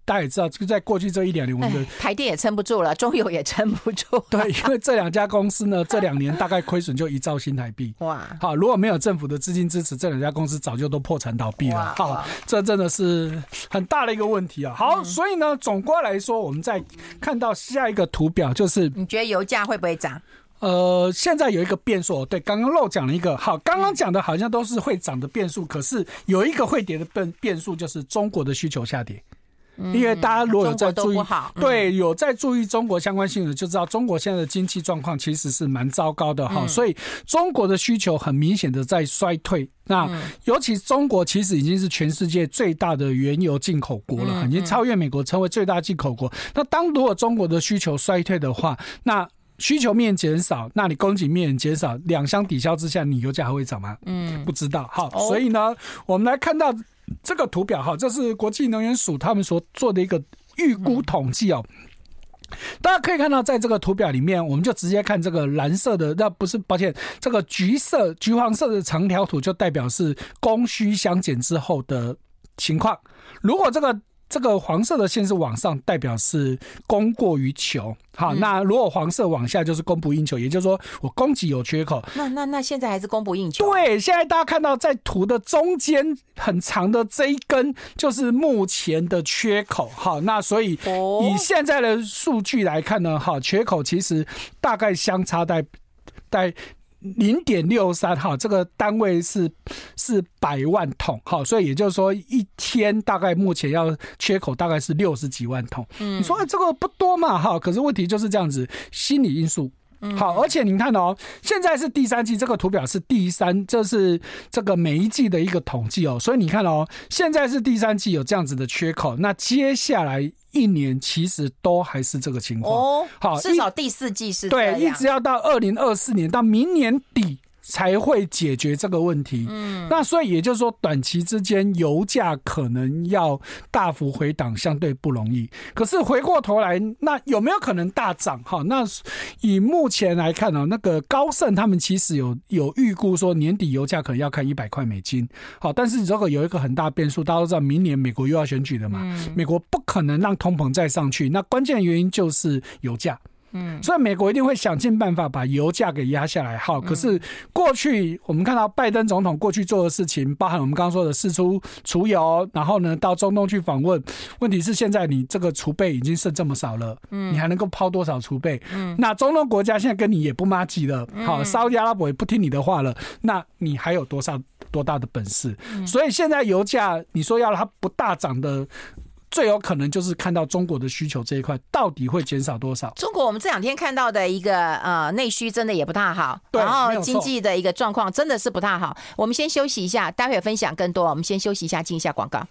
Speaker 2: 大家也知道，就在过去这一两年，我们的
Speaker 1: 台电也撑不住了，中油也撑不住。
Speaker 2: 对，因为这两家公司呢，这两年大概亏损就一兆新台币。哇！好，如果没有政府的资金支持，这两家公司早就都破产倒闭了。好，这真的是很大的一个问题啊。好，嗯、所以呢，总括来说，我们再看到下一个图表，就是
Speaker 1: 你觉得油价会不会涨？
Speaker 2: 呃，现在有一个变数，对，刚刚漏讲了一个。好，刚刚讲的好像都是会涨的变数，可是有一个会跌的变变数，就是中国的需求下跌。嗯、因为大家如果有在注意，嗯、对，有在注意中国相关新闻，就知道中国现在的经济状况其实是蛮糟糕的哈、嗯，所以中国的需求很明显的在衰退。那、嗯、尤其中国其实已经是全世界最大的原油进口国了，嗯、已经超越美国成为最大进口国。那当如果中国的需求衰退的话，那需求面减少，那你供给面减少，两相抵消之下，你油价还会涨吗？嗯，不知道。好，哦、所以呢，我们来看到这个图表哈，这是国际能源署他们所做的一个预估统计哦。嗯、大家可以看到，在这个图表里面，我们就直接看这个蓝色的，那不是，抱歉，这个橘色、橘黄色的长条图就代表是供需相减之后的情况。如果这个这个黄色的线是往上，代表是供过于求。好，嗯、那如果黄色往下就是供不应求，也就是说我供给有缺口。
Speaker 1: 那那那现在还是供不应求。
Speaker 2: 对，现在大家看到在图的中间很长的这一根就是目前的缺口。好，那所以以现在的数据来看呢，好，缺口其实大概相差在在。零点六三 哈，这个单位是是百万桶，好，所以也就是说一天大概目前要缺口大概是六十几万桶。嗯，你说、哎、这个不多嘛，哈，可是问题就是这样子，心理因素。好，而且您看哦，现在是第三季，这个图表是第三，这是这个每一季的一个统计哦，所以你看哦，现在是第三季有这样子的缺口，那接下来一年其实都还是这个情况
Speaker 1: 哦。好，至少第四季是这样，
Speaker 2: 对，一直要到二零二四年到明年底才会解决这个问题。嗯，那所以也就是说，短期之间油价可能要大幅回档，相对不容易。可是回过头来，那有没有可能大涨？哈，那以目前来看呢，那个高盛他们其实有有预估说年底油价可能要看一百块美金。好，但是这个有一个很大变数，大家都知道，明年美国又要选举了嘛，嗯、美国不可能让通膨再上去。那关键原因就是油价。嗯，所以美国一定会想尽办法把油价给压下来。好，可是过去我们看到拜登总统过去做的事情，包含我们刚刚说的释出储油，然后呢到中东去访问。问题是现在你这个储备已经剩这么少了，嗯，你还能够抛多少储备？嗯，那中东国家现在跟你也不麻吉了，好，沙特阿拉伯也不听你的话了，那你还有多少多大的本事？嗯、所以现在油价你说要它不大涨的。最有可能就是看到中国的需求这一块到底会减少多少。
Speaker 1: 中国我们这两天看到的一个呃内需真的也不大好，然后经济的一个状况真的是不大好。我们先休息一下，待会分享更多。我们先休息一下，进一下广告。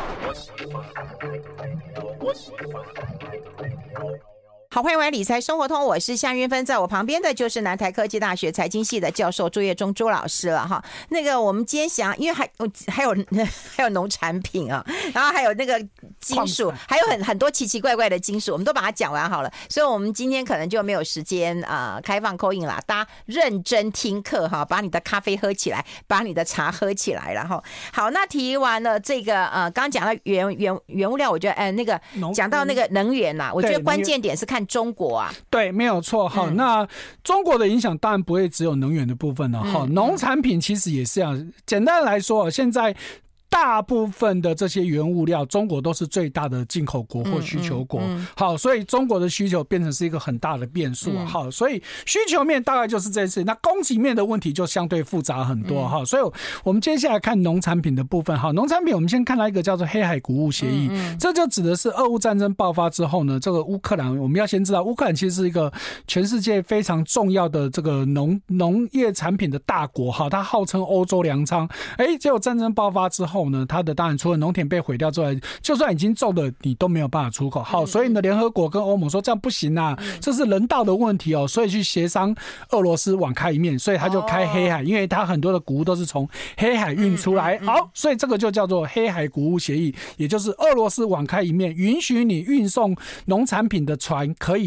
Speaker 1: 好，欢迎回来理财生活通，我是夏云芬，在我旁边的就是南台科技大学财经系的教授朱业忠朱老师了哈。那个我们今天想，因为还还有还有农产品啊，然后还有那个金属，还有很很多奇奇怪怪的金属，我们都把它讲完好了。所以我们今天可能就没有时间啊、呃、开放 call in 啦，大家认真听课哈，把你的咖啡喝起来，把你的茶喝起来，然后好，那提完了这个呃，刚刚讲到原原原物料，我觉得哎、呃、那个讲到那个能源呐、啊，我觉得关键点是看中国啊，
Speaker 2: 对，没有错哈、嗯。那中国的影响当然不会只有能源的部分了哈，嗯、农产品其实也是这样。简单来说，现在大部分的这些原物料，中国都是最大的进口国或需求国。嗯嗯嗯、好，所以中国的需求变成是一个很大的变数啊。嗯、好，所以需求面大概就是这次，那供给面的问题就相对复杂很多哈、嗯。所以我们接下来看农产品的部分。好，农产品我们先看到一个叫做黑海谷物协议，嗯嗯、这就指的是俄乌战争爆发之后呢，这个乌克兰我们要先知道，乌克兰其实是一个全世界非常重要的这个农农业产品的大国哈，它号称欧洲粮仓。哎，结果战争爆发之后呢，它的当然除了农田被毁掉之外，就算已经种的你都没有办法出口。好，所以呢，联合国跟欧盟说这样不行啊，这是人道的问题哦，所以去协商俄罗斯网开一面，所以他就开黑海，因为他很多的谷物都是从黑海运出来。好，所以这个就叫做黑海谷物协议，也就是俄罗斯网开一面，允许你运送农产品的船可以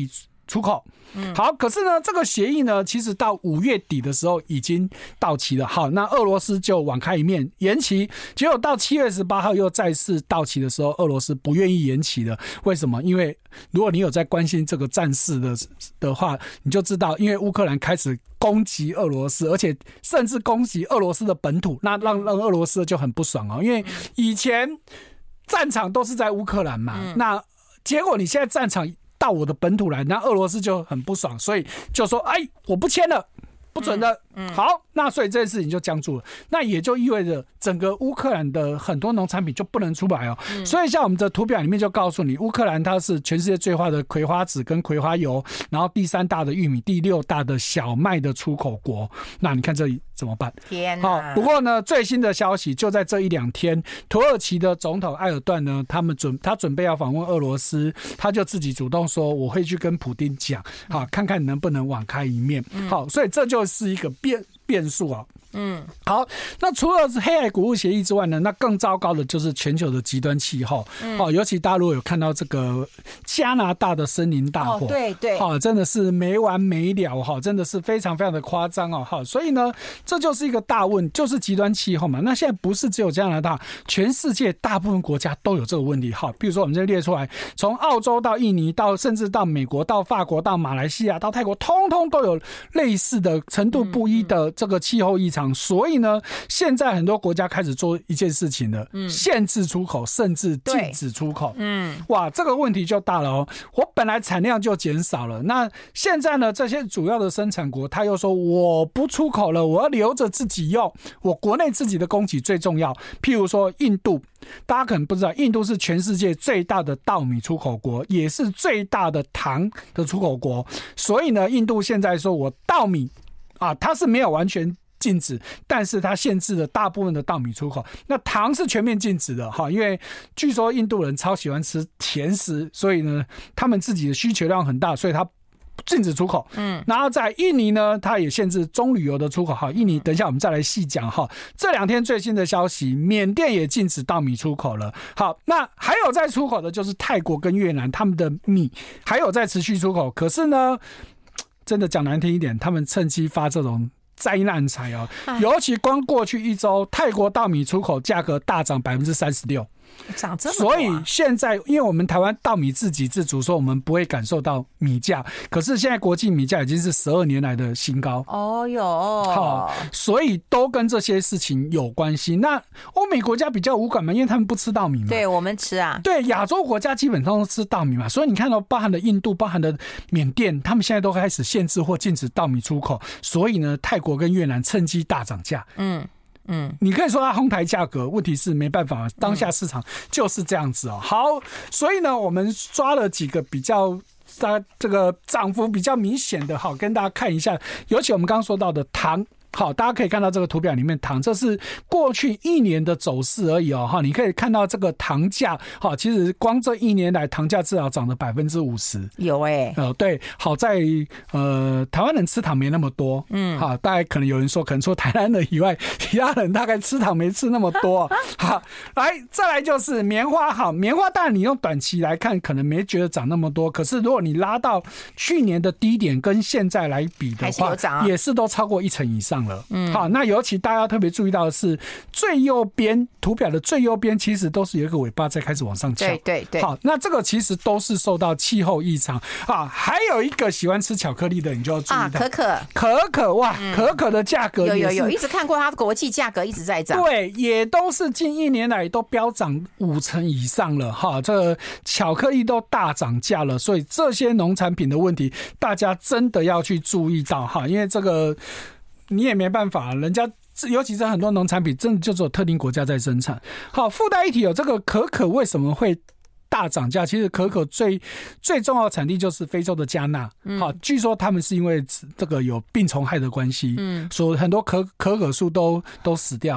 Speaker 2: 出口。嗯，好，可是呢，这个协议呢，其实到五月底的时候已经到期了。好，那俄罗斯就网开一面延期，结果到七月十八号又再次到期的时候，俄罗斯不愿意延期了。为什么？因为如果你有在关心这个战事的的话，你就知道，因为乌克兰开始攻击俄罗斯，而且甚至攻击俄罗斯的本土，那让让俄罗斯就很不爽哦。因为以前战场都是在乌克兰嘛，嗯、那结果你现在战场到我的本土来，那俄罗斯就很不爽，所以就说：“哎，我不签了，不准的。嗯”嗯，好，那所以这件事情就僵住了。那也就意味着整个乌克兰的很多农产品就不能出来哦。嗯、所以像我们的图表里面就告诉你，乌克兰它是全世界最大的葵花籽跟葵花油，然后第三大的玉米，第六大的小麦的出口国。那你看这里怎么办？
Speaker 1: 天哪！
Speaker 2: 好，不过呢，最新的消息就在这一两天，土耳其的总统埃尔段呢，他们准他准备要访问俄罗斯，他就自己主动说，我会去跟普丁讲，好，看看能不能网开一面。好，所以这就是一个变变数啊。嗯，好，那除了黑海谷物协议之外呢，那更糟糕的就是全球的极端气候。嗯、哦，尤其大陆有看到这个加拿大的森林大火，
Speaker 1: 哦、对对，
Speaker 2: 好、哦，真的是没完没了哈、哦，真的是非常非常的夸张哦。好，所以呢，这就是一个大问，就是极端气候嘛。那现在不是只有加拿大，全世界大部分国家都有这个问题。好，比如说我们这列出来，从澳洲到印尼，到甚至到美国、到法国、到马来西亚、到泰国，通通都有类似的程度不一的这个气候异常。所以呢，现在很多国家开始做一件事情了，嗯、限制出口，甚至禁止出口。嗯，哇，这个问题就大了哦。我本来产量就减少了，那现在呢，这些主要的生产国他又说我不出口了，我要留着自己用，我国内自己的供给最重要。譬如说印度，大家可能不知道，印度是全世界最大的稻米出口国，也是最大的糖的出口国。所以呢，印度现在说我稻米啊，它是没有完全禁止，但是它限制了大部分的稻米出口。那糖是全面禁止的哈，因为据说印度人超喜欢吃甜食，所以呢，他们自己的需求量很大，所以它禁止出口。嗯，然后在印尼呢，它也限制棕榈油的出口。好，印尼等一下我们再来细讲哈。这两天最新的消息，缅甸也禁止稻米出口了。好，那还有在出口的就是泰国跟越南，他们的米还有在持续出口。可是呢，真的讲难听一点，他们趁机发这种灾难财哦，尤其光过去一周，泰国稻米出口价格大涨百分之三十六。
Speaker 1: 涨这么多啊。
Speaker 2: 所以现在，因为我们台湾稻米自给自足，说我们不会感受到米价，可是现在国际米价已经是十二年来的新高。
Speaker 1: 哦哟，
Speaker 2: 好，所以都跟这些事情有关系。那欧美国家比较无感嘛，因为他们不吃稻米嘛。
Speaker 1: 对，我们吃啊。
Speaker 2: 对，亚洲国家基本上都吃稻米嘛，所以你看到包含了印度、包含了缅甸，他们现在都开始限制或禁止稻米出口。所以呢，泰国跟越南趁机大涨价。嗯。嗯，你可以说它哄抬价格，问题是没办法，当下市场就是这样子哦。好，所以呢，我们抓了几个比较它这个涨幅比较明显的，好跟大家看一下。尤其我们刚刚说到的糖。好，大家可以看到这个图表里面糖，这是过去一年的走势而已哦。哈，你可以看到这个糖价，好，其实光这一年来糖价至少涨了百分之五十。有哎、欸，呃，对，好在呃台湾人吃糖没那么多，嗯，好，大概可能有人说，可能除台湾人以外，其他人大概吃糖没吃那么多。好，来再来就是棉花，好，棉花当然你用短期来看，可能没觉得涨那么多，可是如果你拉到去年的低点跟现在来比的话，啊、也是都超过一成以上。嗯，好，那尤其大家特别注意到的是，最右边图表的最右边其实都是有一个尾巴在开始往上翘。对对对。好，那这个其实都是受到气候异常啊。还有一个喜欢吃巧克力的，你就要注意到啊，可可可可哇，嗯、可可的价格也是有有有，一直看过它国际价格一直在涨。对，也都是近一年来都飙涨五成以上了哈。这个巧克力都大涨价了，所以这些农产品的问题，大家真的要去注意到哈，因为这个。你也没办法，人家尤其是很多农产品，真的就只有特定国家在生产。好，附带一提有这个可可为什么会大涨价？其实可可最最重要的产地就是非洲的加纳。好，据说他们是因为这个有病虫害的关系，嗯，所以很多可可可树都都死掉了。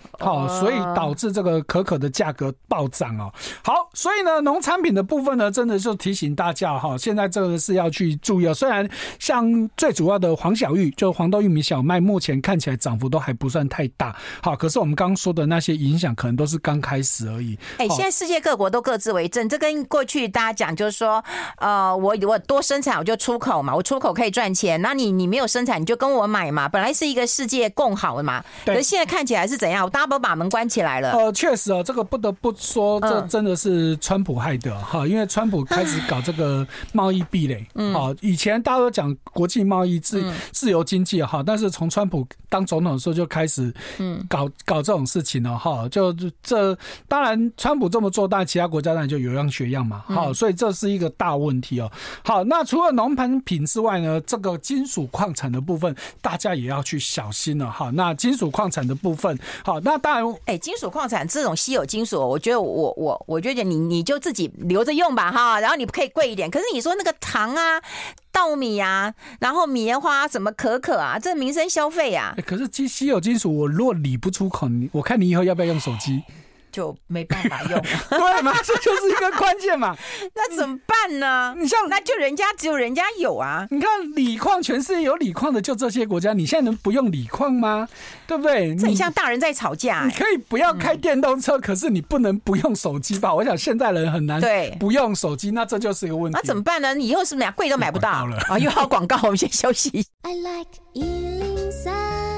Speaker 2: 好、哦，所以导致这个可可的价格暴涨哦。好，所以呢，农产品的部分呢，真的就提醒大家哈、哦，现在这个是要去注意哦。虽然像最主要的黄小玉，就黄豆、玉米、小麦，目前看起来涨幅都还不算太大。好，可是我们刚刚说的那些影响，可能都是刚开始而已。
Speaker 1: 哎、欸，现在世界各国都各自为政，这跟过去大家讲就是说，呃，我我多生产我就出口嘛，我出口可以赚钱，那你你没有生产你就跟我买嘛，本来是一个世界共好的嘛。可是现在看起来是怎样？大家都把门关起来了。
Speaker 2: 呃，确实哦，这个不得不说，这真的是川普害的哈、嗯，因为川普开始搞这个贸易壁垒。嗯，好，以前大家都讲国际贸易自自由经济哈，但是从川普当总统的时候就开始嗯搞搞这种事情了哈，就这当然川普这么做，当然其他国家当然就有样学样嘛。好，所以这是一个大问题哦。好，那除了农产品之外呢，这个金属矿产的部分，大家也要去小心了哈。那金属矿产的部分，好，那当然，
Speaker 1: 哎、欸，金属矿产这种稀有金属，我觉得我我我觉得你你就自己留着用吧哈，然后你可以贵一点。可是你说那个糖啊、稻米啊，然后棉花、什么可可啊，这民生消费啊。
Speaker 2: 欸、可是稀有金属，我如果理不出口，我看你以后要不要用手机？
Speaker 1: 就没办法用
Speaker 2: 对嘛，这就是一个关键嘛。
Speaker 1: 那怎么办呢？
Speaker 2: 你像
Speaker 1: 那就人家只有人家有啊。
Speaker 2: 你看锂矿，全世界有锂矿的就这些国家，你现在能不用锂矿吗？对不对？
Speaker 1: 这很像大人在吵架、欸。
Speaker 2: 你可以不要开电动车、嗯，可是你不能不用手机吧？我想现在人很难不用手机，那这就是一个问题。
Speaker 1: 那怎么办呢？以后是不是贵都买不到了啊？又要广告，我们先休息。I like 一零三。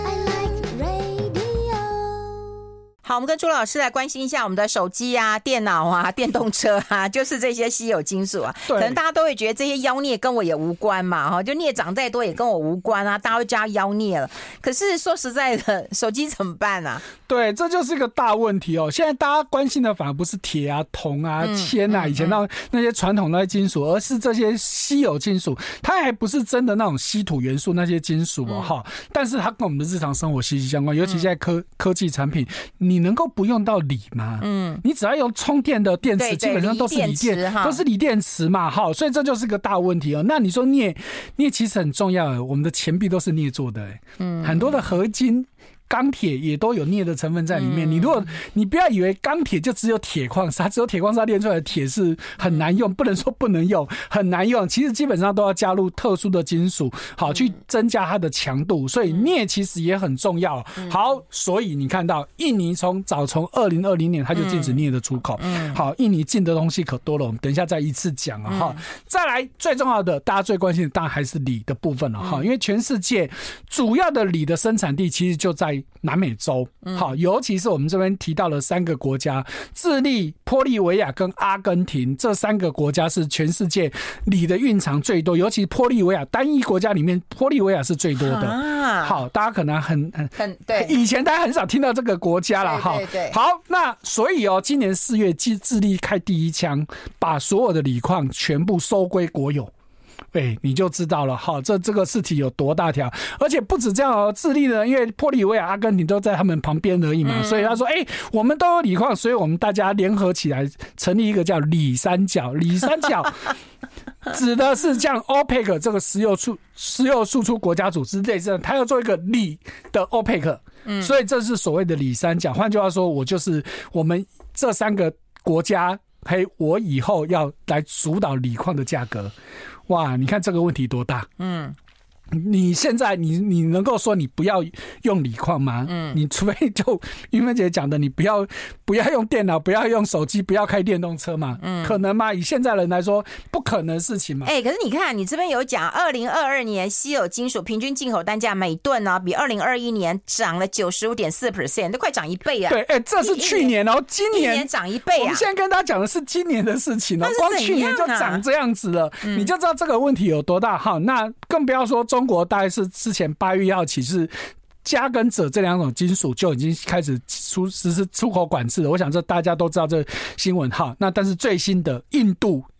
Speaker 1: 好，我们跟朱老师来关心一下我们的手机啊、电脑啊、电动车啊，就是这些稀有金属啊。可能大家都会觉得这些妖孽跟我也无关嘛，哈，就孽长再多也跟我无关啊，大家都叫妖孽了。可是说实在的，手机怎么办啊？
Speaker 2: 对，这就是一个大问题哦。现在大家关心的反而不是铁啊、铜啊、铅啊，以前那那些传统那些金属，而是这些稀有金属。它还不是真的那种稀土元素那些金属哦，哈、嗯，但是它跟我们的日常生活息息相关，尤其现在科、嗯、科技产品，你。你能够不用到锂吗？嗯，你只要用充电的电池，基本上都是锂电，都是锂电池嘛。好，所以这就是个大问题哦。那你说镍，镍其实很重要，我们的钱币都是镍做的，嗯，很多的合金。钢铁也都有镍的成分在里面。嗯、你如果你不要以为钢铁就只有铁矿砂，只有铁矿砂炼出来的铁是很难用，不能说不能用，很难用。其实基本上都要加入特殊的金属，好去增加它的强度。所以镍其实也很重要。好，所以你看到印尼从早从二零二零年它就禁止镍的出口。好，印尼进的东西可多了，我们等一下再一次讲啊哈。再来最重要的，大家最关心的当然还是锂的部分了哈，因为全世界主要的锂的生产地其实就在南美洲，好，尤其是我们这边提到了三个国家：智利、玻利维亚跟阿根廷。这三个国家是全世界锂的蕴藏最多，尤其玻利维亚单一国家里面，玻利维亚是最多的。啊、好，大家可能很很
Speaker 1: 很对，
Speaker 2: 以前大家很少听到这个国家了哈。
Speaker 1: 对对对。
Speaker 2: 好，那所以哦，今年四月，智利开第一枪，把所有的锂矿全部收归国有。对，你就知道了哈，这这个事情有多大条，而且不止这样哦。智利呢，因为玻利维亚、阿根廷都在他们旁边而已嘛，嗯、所以他说，哎、欸，我们都有锂矿，所以我们大家联合起来成立一个叫锂三角。锂三角指的是像 O P E C 这个石油出石油输出国家组织类似的，他要做一个锂的 O P E C，嗯、所以这是所谓的锂三角。换句话说，我就是我们这三个国家，嘿，我以后要来主导锂矿的价格。哇，你看这个问题多大？嗯，你现在你你能够说你不要用锂矿吗？嗯，你除非就云芬姐讲的，你不要不要用电脑，不要用手机，不要开电动车嘛？嗯，可能吗？以现在人来说，不可能事情嘛。
Speaker 1: 哎、欸，可是你看，你这边有讲，二零二二年稀有金属平均进口单价每吨呢、啊，比二零二一年涨了九十五点四 percent， 都快涨一倍啊！
Speaker 2: 对，哎、欸，这是去年哦，今年
Speaker 1: 一年涨一倍啊！
Speaker 2: 我们现在跟大家讲的是今年的事情哦，光去年就涨这样子了，嗯、你就知道这个问题有多大。好，那更不要说中国，大概是之前八月一号起是镓跟锗这两种金属就已经开始出实施出口管制了。我想这大家都知道这新闻哈。那但是最新的印度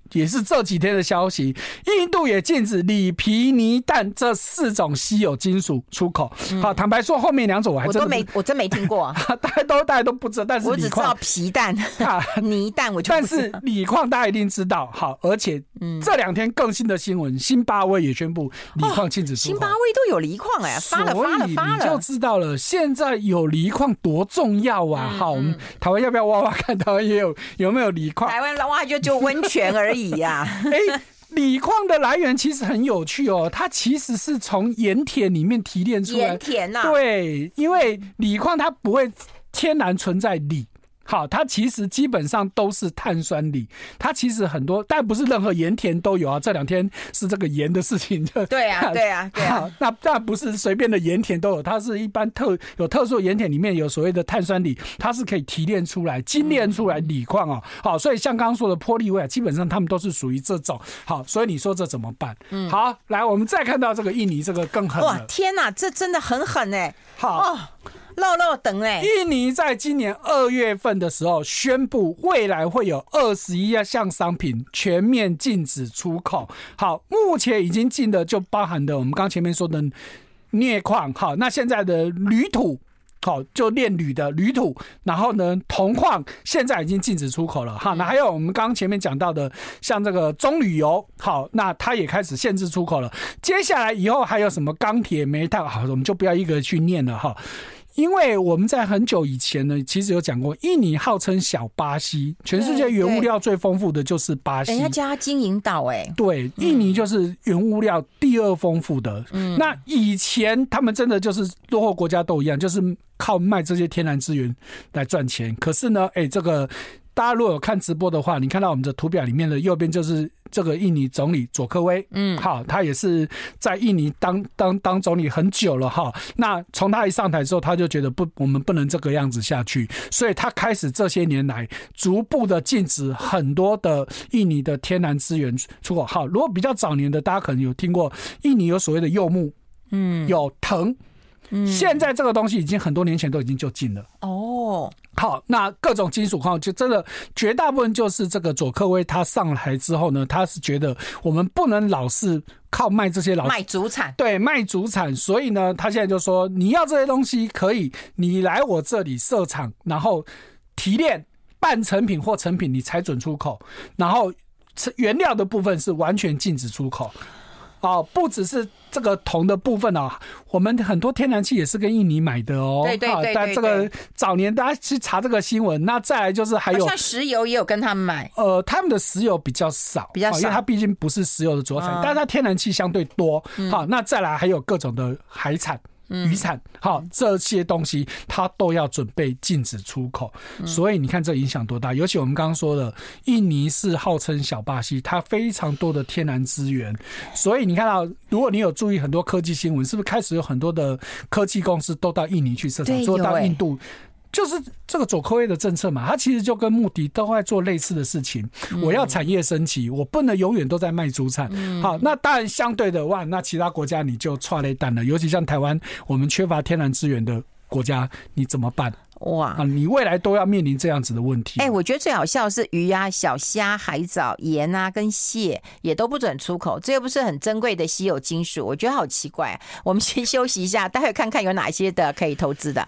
Speaker 2: 也是这几天的消息，印度也禁止锂、铍、泥、氮这四种稀有金属出口。嗯、好，坦白说，后面两种我还真的
Speaker 1: 我都没，我真没听过，
Speaker 2: 大家都大家都不知道。但是
Speaker 1: 我只知道皮蛋、泥蛋，我就不知道。
Speaker 2: 但是锂矿大家一定知道。好，而且这两天更新的新闻，辛巴威也宣布锂矿禁止出口。
Speaker 1: 辛巴威都有锂矿哎，发了发了发了，
Speaker 2: 你就知道了。现在有锂矿多重要啊！嗯、好，我们台湾要不要挖挖看？台湾也有有没有锂矿？
Speaker 1: 台湾挖就就温泉而已呀、啊。
Speaker 2: 哎，锂矿的来源其实很有趣哦，它其实是从盐田里面提炼出来。
Speaker 1: 盐田啊，
Speaker 2: 对，因为锂矿它不会天然存在锂。好，它其实基本上都是碳酸锂，它其实很多，但不是任何盐田都有啊。这两天是这个盐的事情，
Speaker 1: 对啊，对啊，对啊。
Speaker 2: 那当然不是随便的盐田都有，它是一般特有特殊的盐田里面有所谓的碳酸锂，它是可以提炼出来、精炼出来锂矿哦。好，所以像刚刚说的玻利维亚，基本上他们都是属于这种。好，所以你说这怎么办？嗯，好，来我们再看到这个印尼，这个更狠了。
Speaker 1: 哇，天哪，这真的很狠哎、欸！
Speaker 2: 好。
Speaker 1: 哦肉肉等哎，
Speaker 2: 印尼在今年二月份的时候宣布，未来会有二十一项商品全面禁止出口。好，目前已经禁的就包含的我们刚前面说的镍矿，好，那现在的铝土。好，就炼铝的铝土，然后呢，铜矿现在已经禁止出口了。好，那还有我们刚刚前面讲到的，像这个棕榈油，好，那它也开始限制出口了。接下来以后还有什么钢铁、煤炭，好，我们就不要一个去念了哈。因为我们在很久以前呢，其实有讲过，印尼号称小巴西，全世界原物料最丰富的就是巴西。
Speaker 1: 人家叫它金银岛哎，
Speaker 2: 对，印尼就是原物料第二丰富的。嗯，那以前他们真的就是落后国家都一样，就是靠卖这些天然资源来赚钱。可是呢，哎，这个大家如果有看直播的话，你看到我们的图表里面的右边就是这个印尼总理佐科威，嗯，好，他也是在印尼当当当总理很久了哈。那从他一上台之后，他就觉得不，我们不能这个样子下去，所以他开始这些年来逐步的禁止很多的印尼的天然资源出口。好，如果比较早年的，大家可能有听过，印尼有所谓的柚木，嗯，有藤。嗯，现在这个东西已经很多年前都已经就禁了哦。好，那各种金属矿就真的绝大部分就是这个佐科威他上来之后呢，他是觉得我们不能老是靠卖这些老
Speaker 1: 卖主产，
Speaker 2: 对，卖主产，所以呢，他现在就说你要这些东西可以，你来我这里设厂，然后提炼半成品或成品，你才准出口，然后原料的部分是完全禁止出口。哦，不只是这个铜的部分哦，我们很多天然气也是跟印尼买的哦。
Speaker 1: 对对 对, 对, 对, 对。
Speaker 2: 但这个早年大家去查这个新闻，那再来就是还有，
Speaker 1: 好像石油也有跟他们买。
Speaker 2: 呃，他们的石油比较少，
Speaker 1: 比较少，
Speaker 2: 因为它毕竟不是石油的主要产业，嗯、但是它天然气相对多。嗯、好，那再来还有各种的海产。渔产，好，这些东西它都要准备禁止出口，嗯、所以你看这影响多大。尤其我们刚刚说的，印尼是号称小巴西，它非常多的天然资源，所以你看到，如果你有注意很多科技新闻，是不是开始有很多的科技公司都到印尼去设厂，做到印度？就是这个佐科威的政策嘛，他其实就跟穆迪都在做类似的事情。我要产业升级，我不能永远都在卖主产。好，那当然相对的，哇，那其他国家你就剉咧蛋了。尤其像台湾，我们缺乏天然资源的国家，你怎么办？哇、啊！你未来都要面临这样子的问题。
Speaker 1: 哎、欸，我觉得最好笑的是鱼啊、小虾、海藻、盐啊跟蟹也都不准出口，这又不是很珍贵的稀有金属，我觉得好奇怪、啊。我们先休息一下，待会看看有哪些的可以投资的。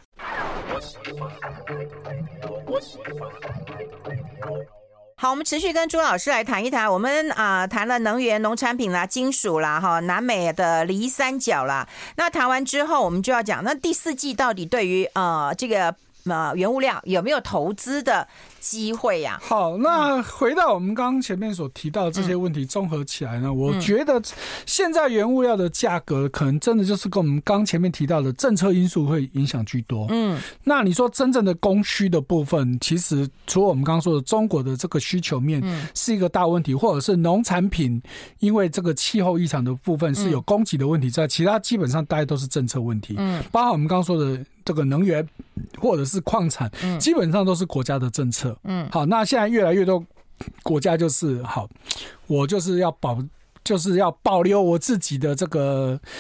Speaker 1: 好，我们持续跟朱老师来谈一谈，我们啊、呃、谈了能源、农产品啦、金属啦，哈，南美的梨三角啦。那谈完之后，我们就要讲，那第四季到底对于呃这个呃原物料有没有投资的机会呀、
Speaker 2: 啊？好，那回到我们刚刚前面所提到的这些问题，综合起来呢，嗯、我觉得现在原物料的价格可能真的就是跟我们刚前面提到的政策因素会影响居多。嗯，那你说真正的供需的部分，其实除了我们刚刚说的中国的这个需求面是一个大问题，或者是农产品因为这个气候异常的部分是有供给的问题，在其他基本上大概都是政策问题。嗯，包括我们刚刚说的这个能源或者是矿产，基本上都是国家的政策。嗯，好，那现在越来越多国家就是好，我就是要保，就是要保留我自己的这个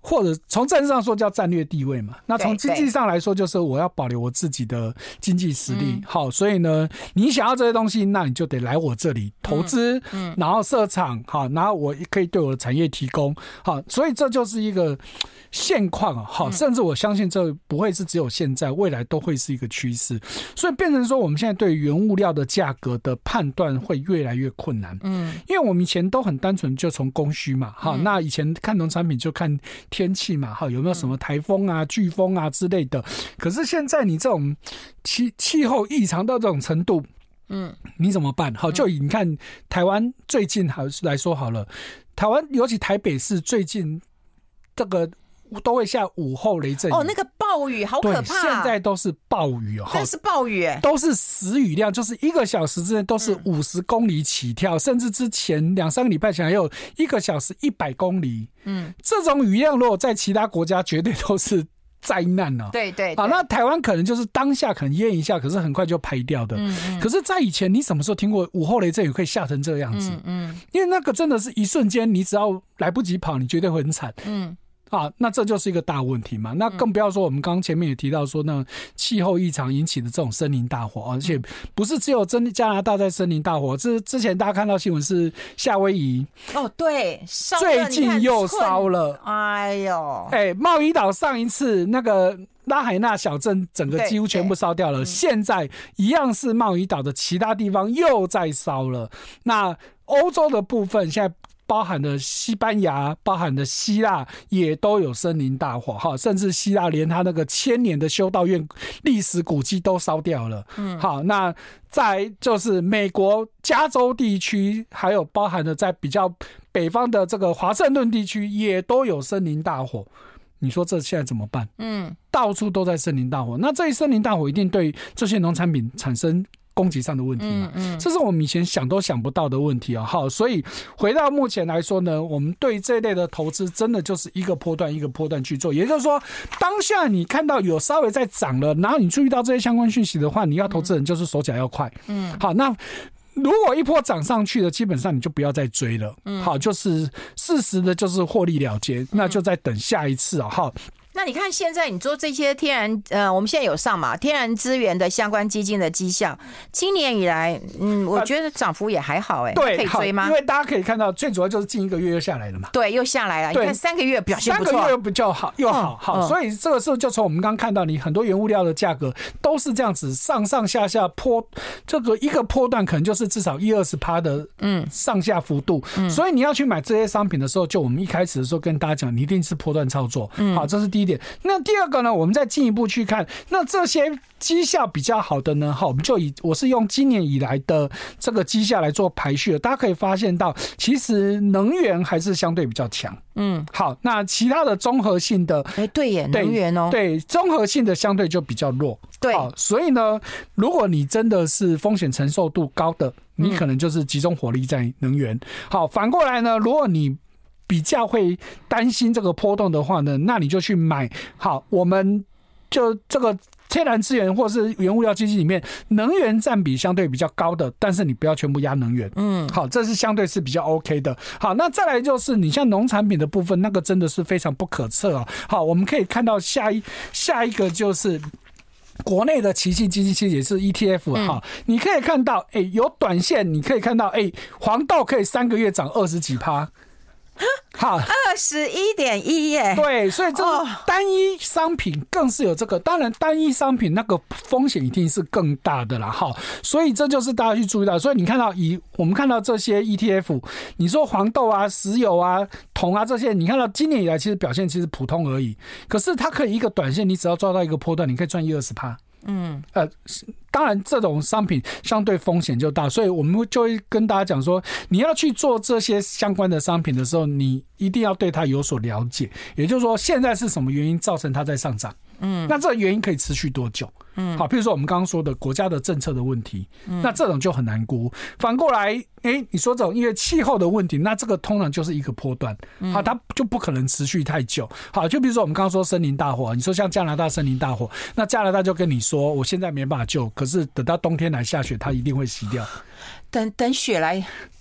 Speaker 2: 或者从政治上说叫战略地位嘛，那从经济上来说就是我要保留我自己的经济实力、嗯、好，所以呢你想要这些东西，那你就得来我这里投资、嗯嗯、然后设厂，好，然后我可以对我的产业提供，好，所以这就是一个现况，好，甚至我相信这不会是只有现在，未来都会是一个趋势，所以变成说我们现在对原物料的价格的判断会越来越困难，嗯，因为我们以前都很单纯就从供需嘛，好、嗯，那以前看农产品就看天气嘛，好，有没有什么台风啊、飓风啊之类的，可是现在你这种气气候异常到这种程度，嗯，你怎么办？好，就以你看台湾最近来说好了，台湾尤其台北市最近这个都会下午后雷阵雨哦，
Speaker 1: 那个暴雨好可怕、啊。
Speaker 2: 现在都是暴雨哦，
Speaker 1: 这是暴雨、欸，
Speaker 2: 都是时雨量，就是一个小时之内都是五十公里起跳、嗯，甚至之前两三个礼拜前还有一个小时一百公里。嗯，这种雨量如果在其他国家，绝对都是灾难哦。
Speaker 1: 对 对, 对，
Speaker 2: 啊，那台湾可能就是当下可能淹一下，可是很快就排掉的。嗯嗯。可是，在以前，你什么时候听过午后雷阵雨可以下成这个样子？嗯嗯。因为那个真的是一瞬间，你只要来不及跑，你绝对会很惨。嗯。啊，那这就是一个大问题嘛。那更不要说我们刚刚前面也提到说，那气候异常引起的这种森林大火，而且不是只有真加拿大在森林大火，这之前大家看到新闻是夏威夷
Speaker 1: 哦，对，
Speaker 2: 最近又烧了。
Speaker 1: 哎呦，
Speaker 2: 哎，茂宜岛上一次那个拉海纳小镇整个几乎全部烧掉了，现在一样是茂宜岛的其他地方又在烧了。那欧洲的部分现在包含的西班牙、包含的希腊也都有森林大火，甚至希腊连他那个千年的修道院历史古迹都烧掉了。嗯，好，那再就是美国加州地区，还有包含的在比较北方的这个华盛顿地区也都有森林大火。你说这现在怎么办？嗯，到处都在森林大火，那这一森林大火一定对这些农产品产生供给上的问题嘛，嗯嗯，这是我们以前想都想不到的问题啊。好，所以回到目前来说呢，我们对这一类的投资真的就是一个波段一个波段去做，也就是说，当下你看到有稍微在涨了，然后你注意到这些相关讯息的话，你要投资人就是手脚要快。嗯，好，那如果一波涨上去了，基本上你就不要再追了。嗯，好，就是适时的就是获利了结，那就再等下一次啊。好。
Speaker 1: 那你看现在你做这些天然呃，我们现在有上嘛天然资源的相关基金的绩效，今年以来，嗯，我觉得涨幅也还好哎、欸，
Speaker 2: 对，
Speaker 1: 可以追吗？
Speaker 2: 因为大家可以看到，最主要就是近一个月又下来了嘛，
Speaker 1: 对，又下来了。你看三个月表现不错，
Speaker 2: 三个月又比较好，又好、嗯、好、嗯，所以这个时候就从我们刚刚看到，你很多原物料的价格都是这样子上上下下波，这个一个波段可能就是至少一二十趴的嗯上下幅度、嗯，所以你要去买这些商品的时候，就我们一开始的时候跟大家讲，你一定是波段操作，嗯，好，这是第一点。那第二个呢，我们再进一步去看，那这些绩效比较好的呢，好，我们就以我是用今年以来的这个绩效来做排序的，大家可以发现到，其实能源还是相对比较强。嗯，好，那其他的综合性的，
Speaker 1: 哎、欸，对耶，能源哦，
Speaker 2: 对，综合性的相对就比较弱。
Speaker 1: 对，
Speaker 2: 好，所以呢，如果你真的是风险承受度高的，你可能就是集中火力在能源。好，反过来呢，如果你比较会担心这个波动的话呢，那你就去买好，我们就这个天然资源或是原物料基金里面能源占比相对比较高的，但是你不要全部压能源。嗯，好，这是相对是比较 OK 的。好，那再来就是你像农产品的部分，那个真的是非常不可测啊。好，我们可以看到下一下一个就是国内的期货基金，其实也是 E T F 哈、嗯，你可以看到，哎、欸，有短线，你可以看到，哎、欸，黄豆可以三个月涨二十几趴。好，
Speaker 1: 二十一点一耶！
Speaker 2: 对，所以这个单一商品更是有这个，当然单一商品那个风险一定是更大的啦。好，所以这就是大家去注意到。所以你看到以我们看到这些 E T F， 你说黄豆啊、石油啊、铜啊这些，你看到今年以来其实表现其实普通而已。可是它可以一个短线，你只要抓到一个波段，你可以赚一二十趴。嗯，呃，当然这种商品相对风险就大，所以我们就会跟大家讲说，你要去做这些相关的商品的时候，你一定要对它有所了解，也就是说现在是什么原因造成它在上涨，嗯，那这个原因可以持续多久？嗯，好，譬如说我们刚刚说的国家的政策的问题，嗯，那这种就很难估。反过来，哎，你说这种因为气候的问题，那这个通常就是一个波段，好，它就不可能持续太久。好，就比如说我们刚刚说森林大火，你说像加拿大森林大火，那加拿大就跟你说，我现在没办法救，可是等到冬天来下雪，它一定会熄掉。
Speaker 1: 等等雪来。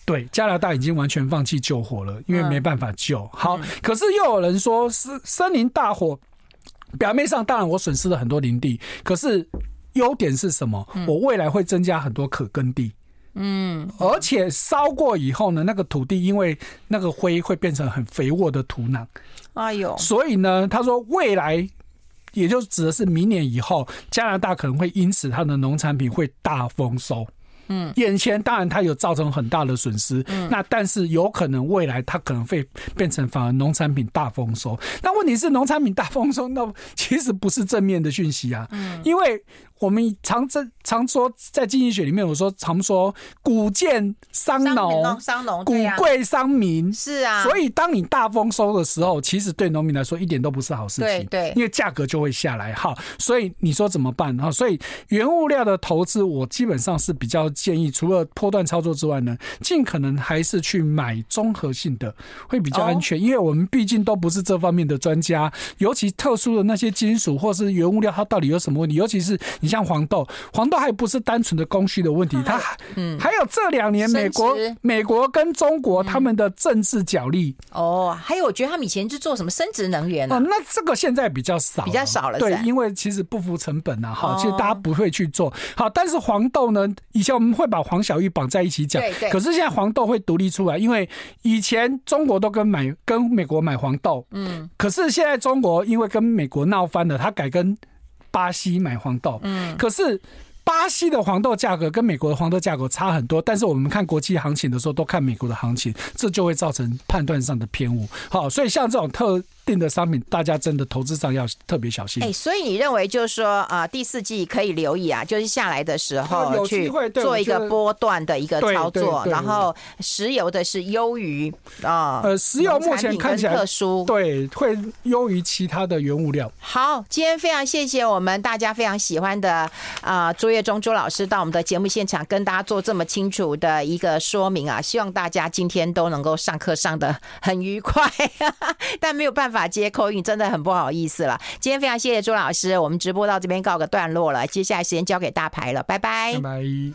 Speaker 2: 对，加拿大已经完全放弃救火了，因为没办法救。嗯、好，可是又有人说是森林大火，表面上当然我损失了很多林地，可是优点是什么？嗯、我未来会增加很多可耕地。嗯，而且烧过以后呢，那个土地因为那个灰会变成很肥沃的土壤。哎呦，所以呢，他说未来。也就指的是明年以后，加拿大可能会因此它的农产品会大丰收。嗯，眼前当然它有造成很大的损失，嗯，那但是有可能未来它可能会变成反而农产品大丰收。但问题是农产品大丰收，那其实不是正面的讯息啊，嗯，因为我们常常说在经济学里面，我说常说谷贱伤农，
Speaker 1: 伤农，
Speaker 2: 谷贵伤民，
Speaker 1: 是啊。
Speaker 2: 所以当你大丰收的时候，其实对农民来说一点都不是好事情，
Speaker 1: 对对，
Speaker 2: 因为价格就会下来。好，所以你说怎么办？好，所以原物料的投资，我基本上是比较建议，除了波段操作之外呢，尽可能还是去买综合性的，会比较安全，哦，因为我们毕竟都不是这方面的专家，尤其特殊的那些金属或是原物料，它到底有什么问题？尤其是你像黄豆，黄豆还不是单纯的供需的问题，它嗯，还有这两年美国美国跟中国他们的政治角力，
Speaker 1: 嗯，哦，还有我觉得他们以前是做什么生质能源啊，
Speaker 2: 哦，那这个现在比较少，
Speaker 1: 比较少了，
Speaker 2: 对，因为其实不符成本啊，好，哦，其实大家不会去做。好，但是黄豆呢，以前我们会把黄小玉绑在一起讲，
Speaker 1: 对对，
Speaker 2: 可是现在黄豆会独立出来，因为以前中国都跟买跟美国买黄豆，嗯，可是现在中国因为跟美国闹翻了，他改跟巴西买黄豆，嗯，可是巴西的黄豆价格跟美国的黄豆价格差很多，但是我们看国际行情的时候都看美国的行情，这就会造成判断上的偏误。好，所以像这种特定的商品，大家真的投资上要特别小心。
Speaker 1: 哎，所以你认为就是说啊，呃，第四季可以留意啊，就是下来的时候去做一个波段的一个操作，然后石油的是优于啊，呃，
Speaker 2: 石油目前看起来
Speaker 1: 特殊，
Speaker 2: 对，会优于其他的原物料。
Speaker 1: 好，今天非常谢谢我们大家非常喜欢的啊，呃，朱岳中朱老师到我们的节目现场跟大家做这么清楚的一个说明啊，希望大家今天都能够上课上得很愉快，但没有办法接口音，真的很不好意思了。今天非常谢谢朱老师，我们直播到这边告个段落了，接下来时间交给大牌了，拜拜。
Speaker 2: 拜拜。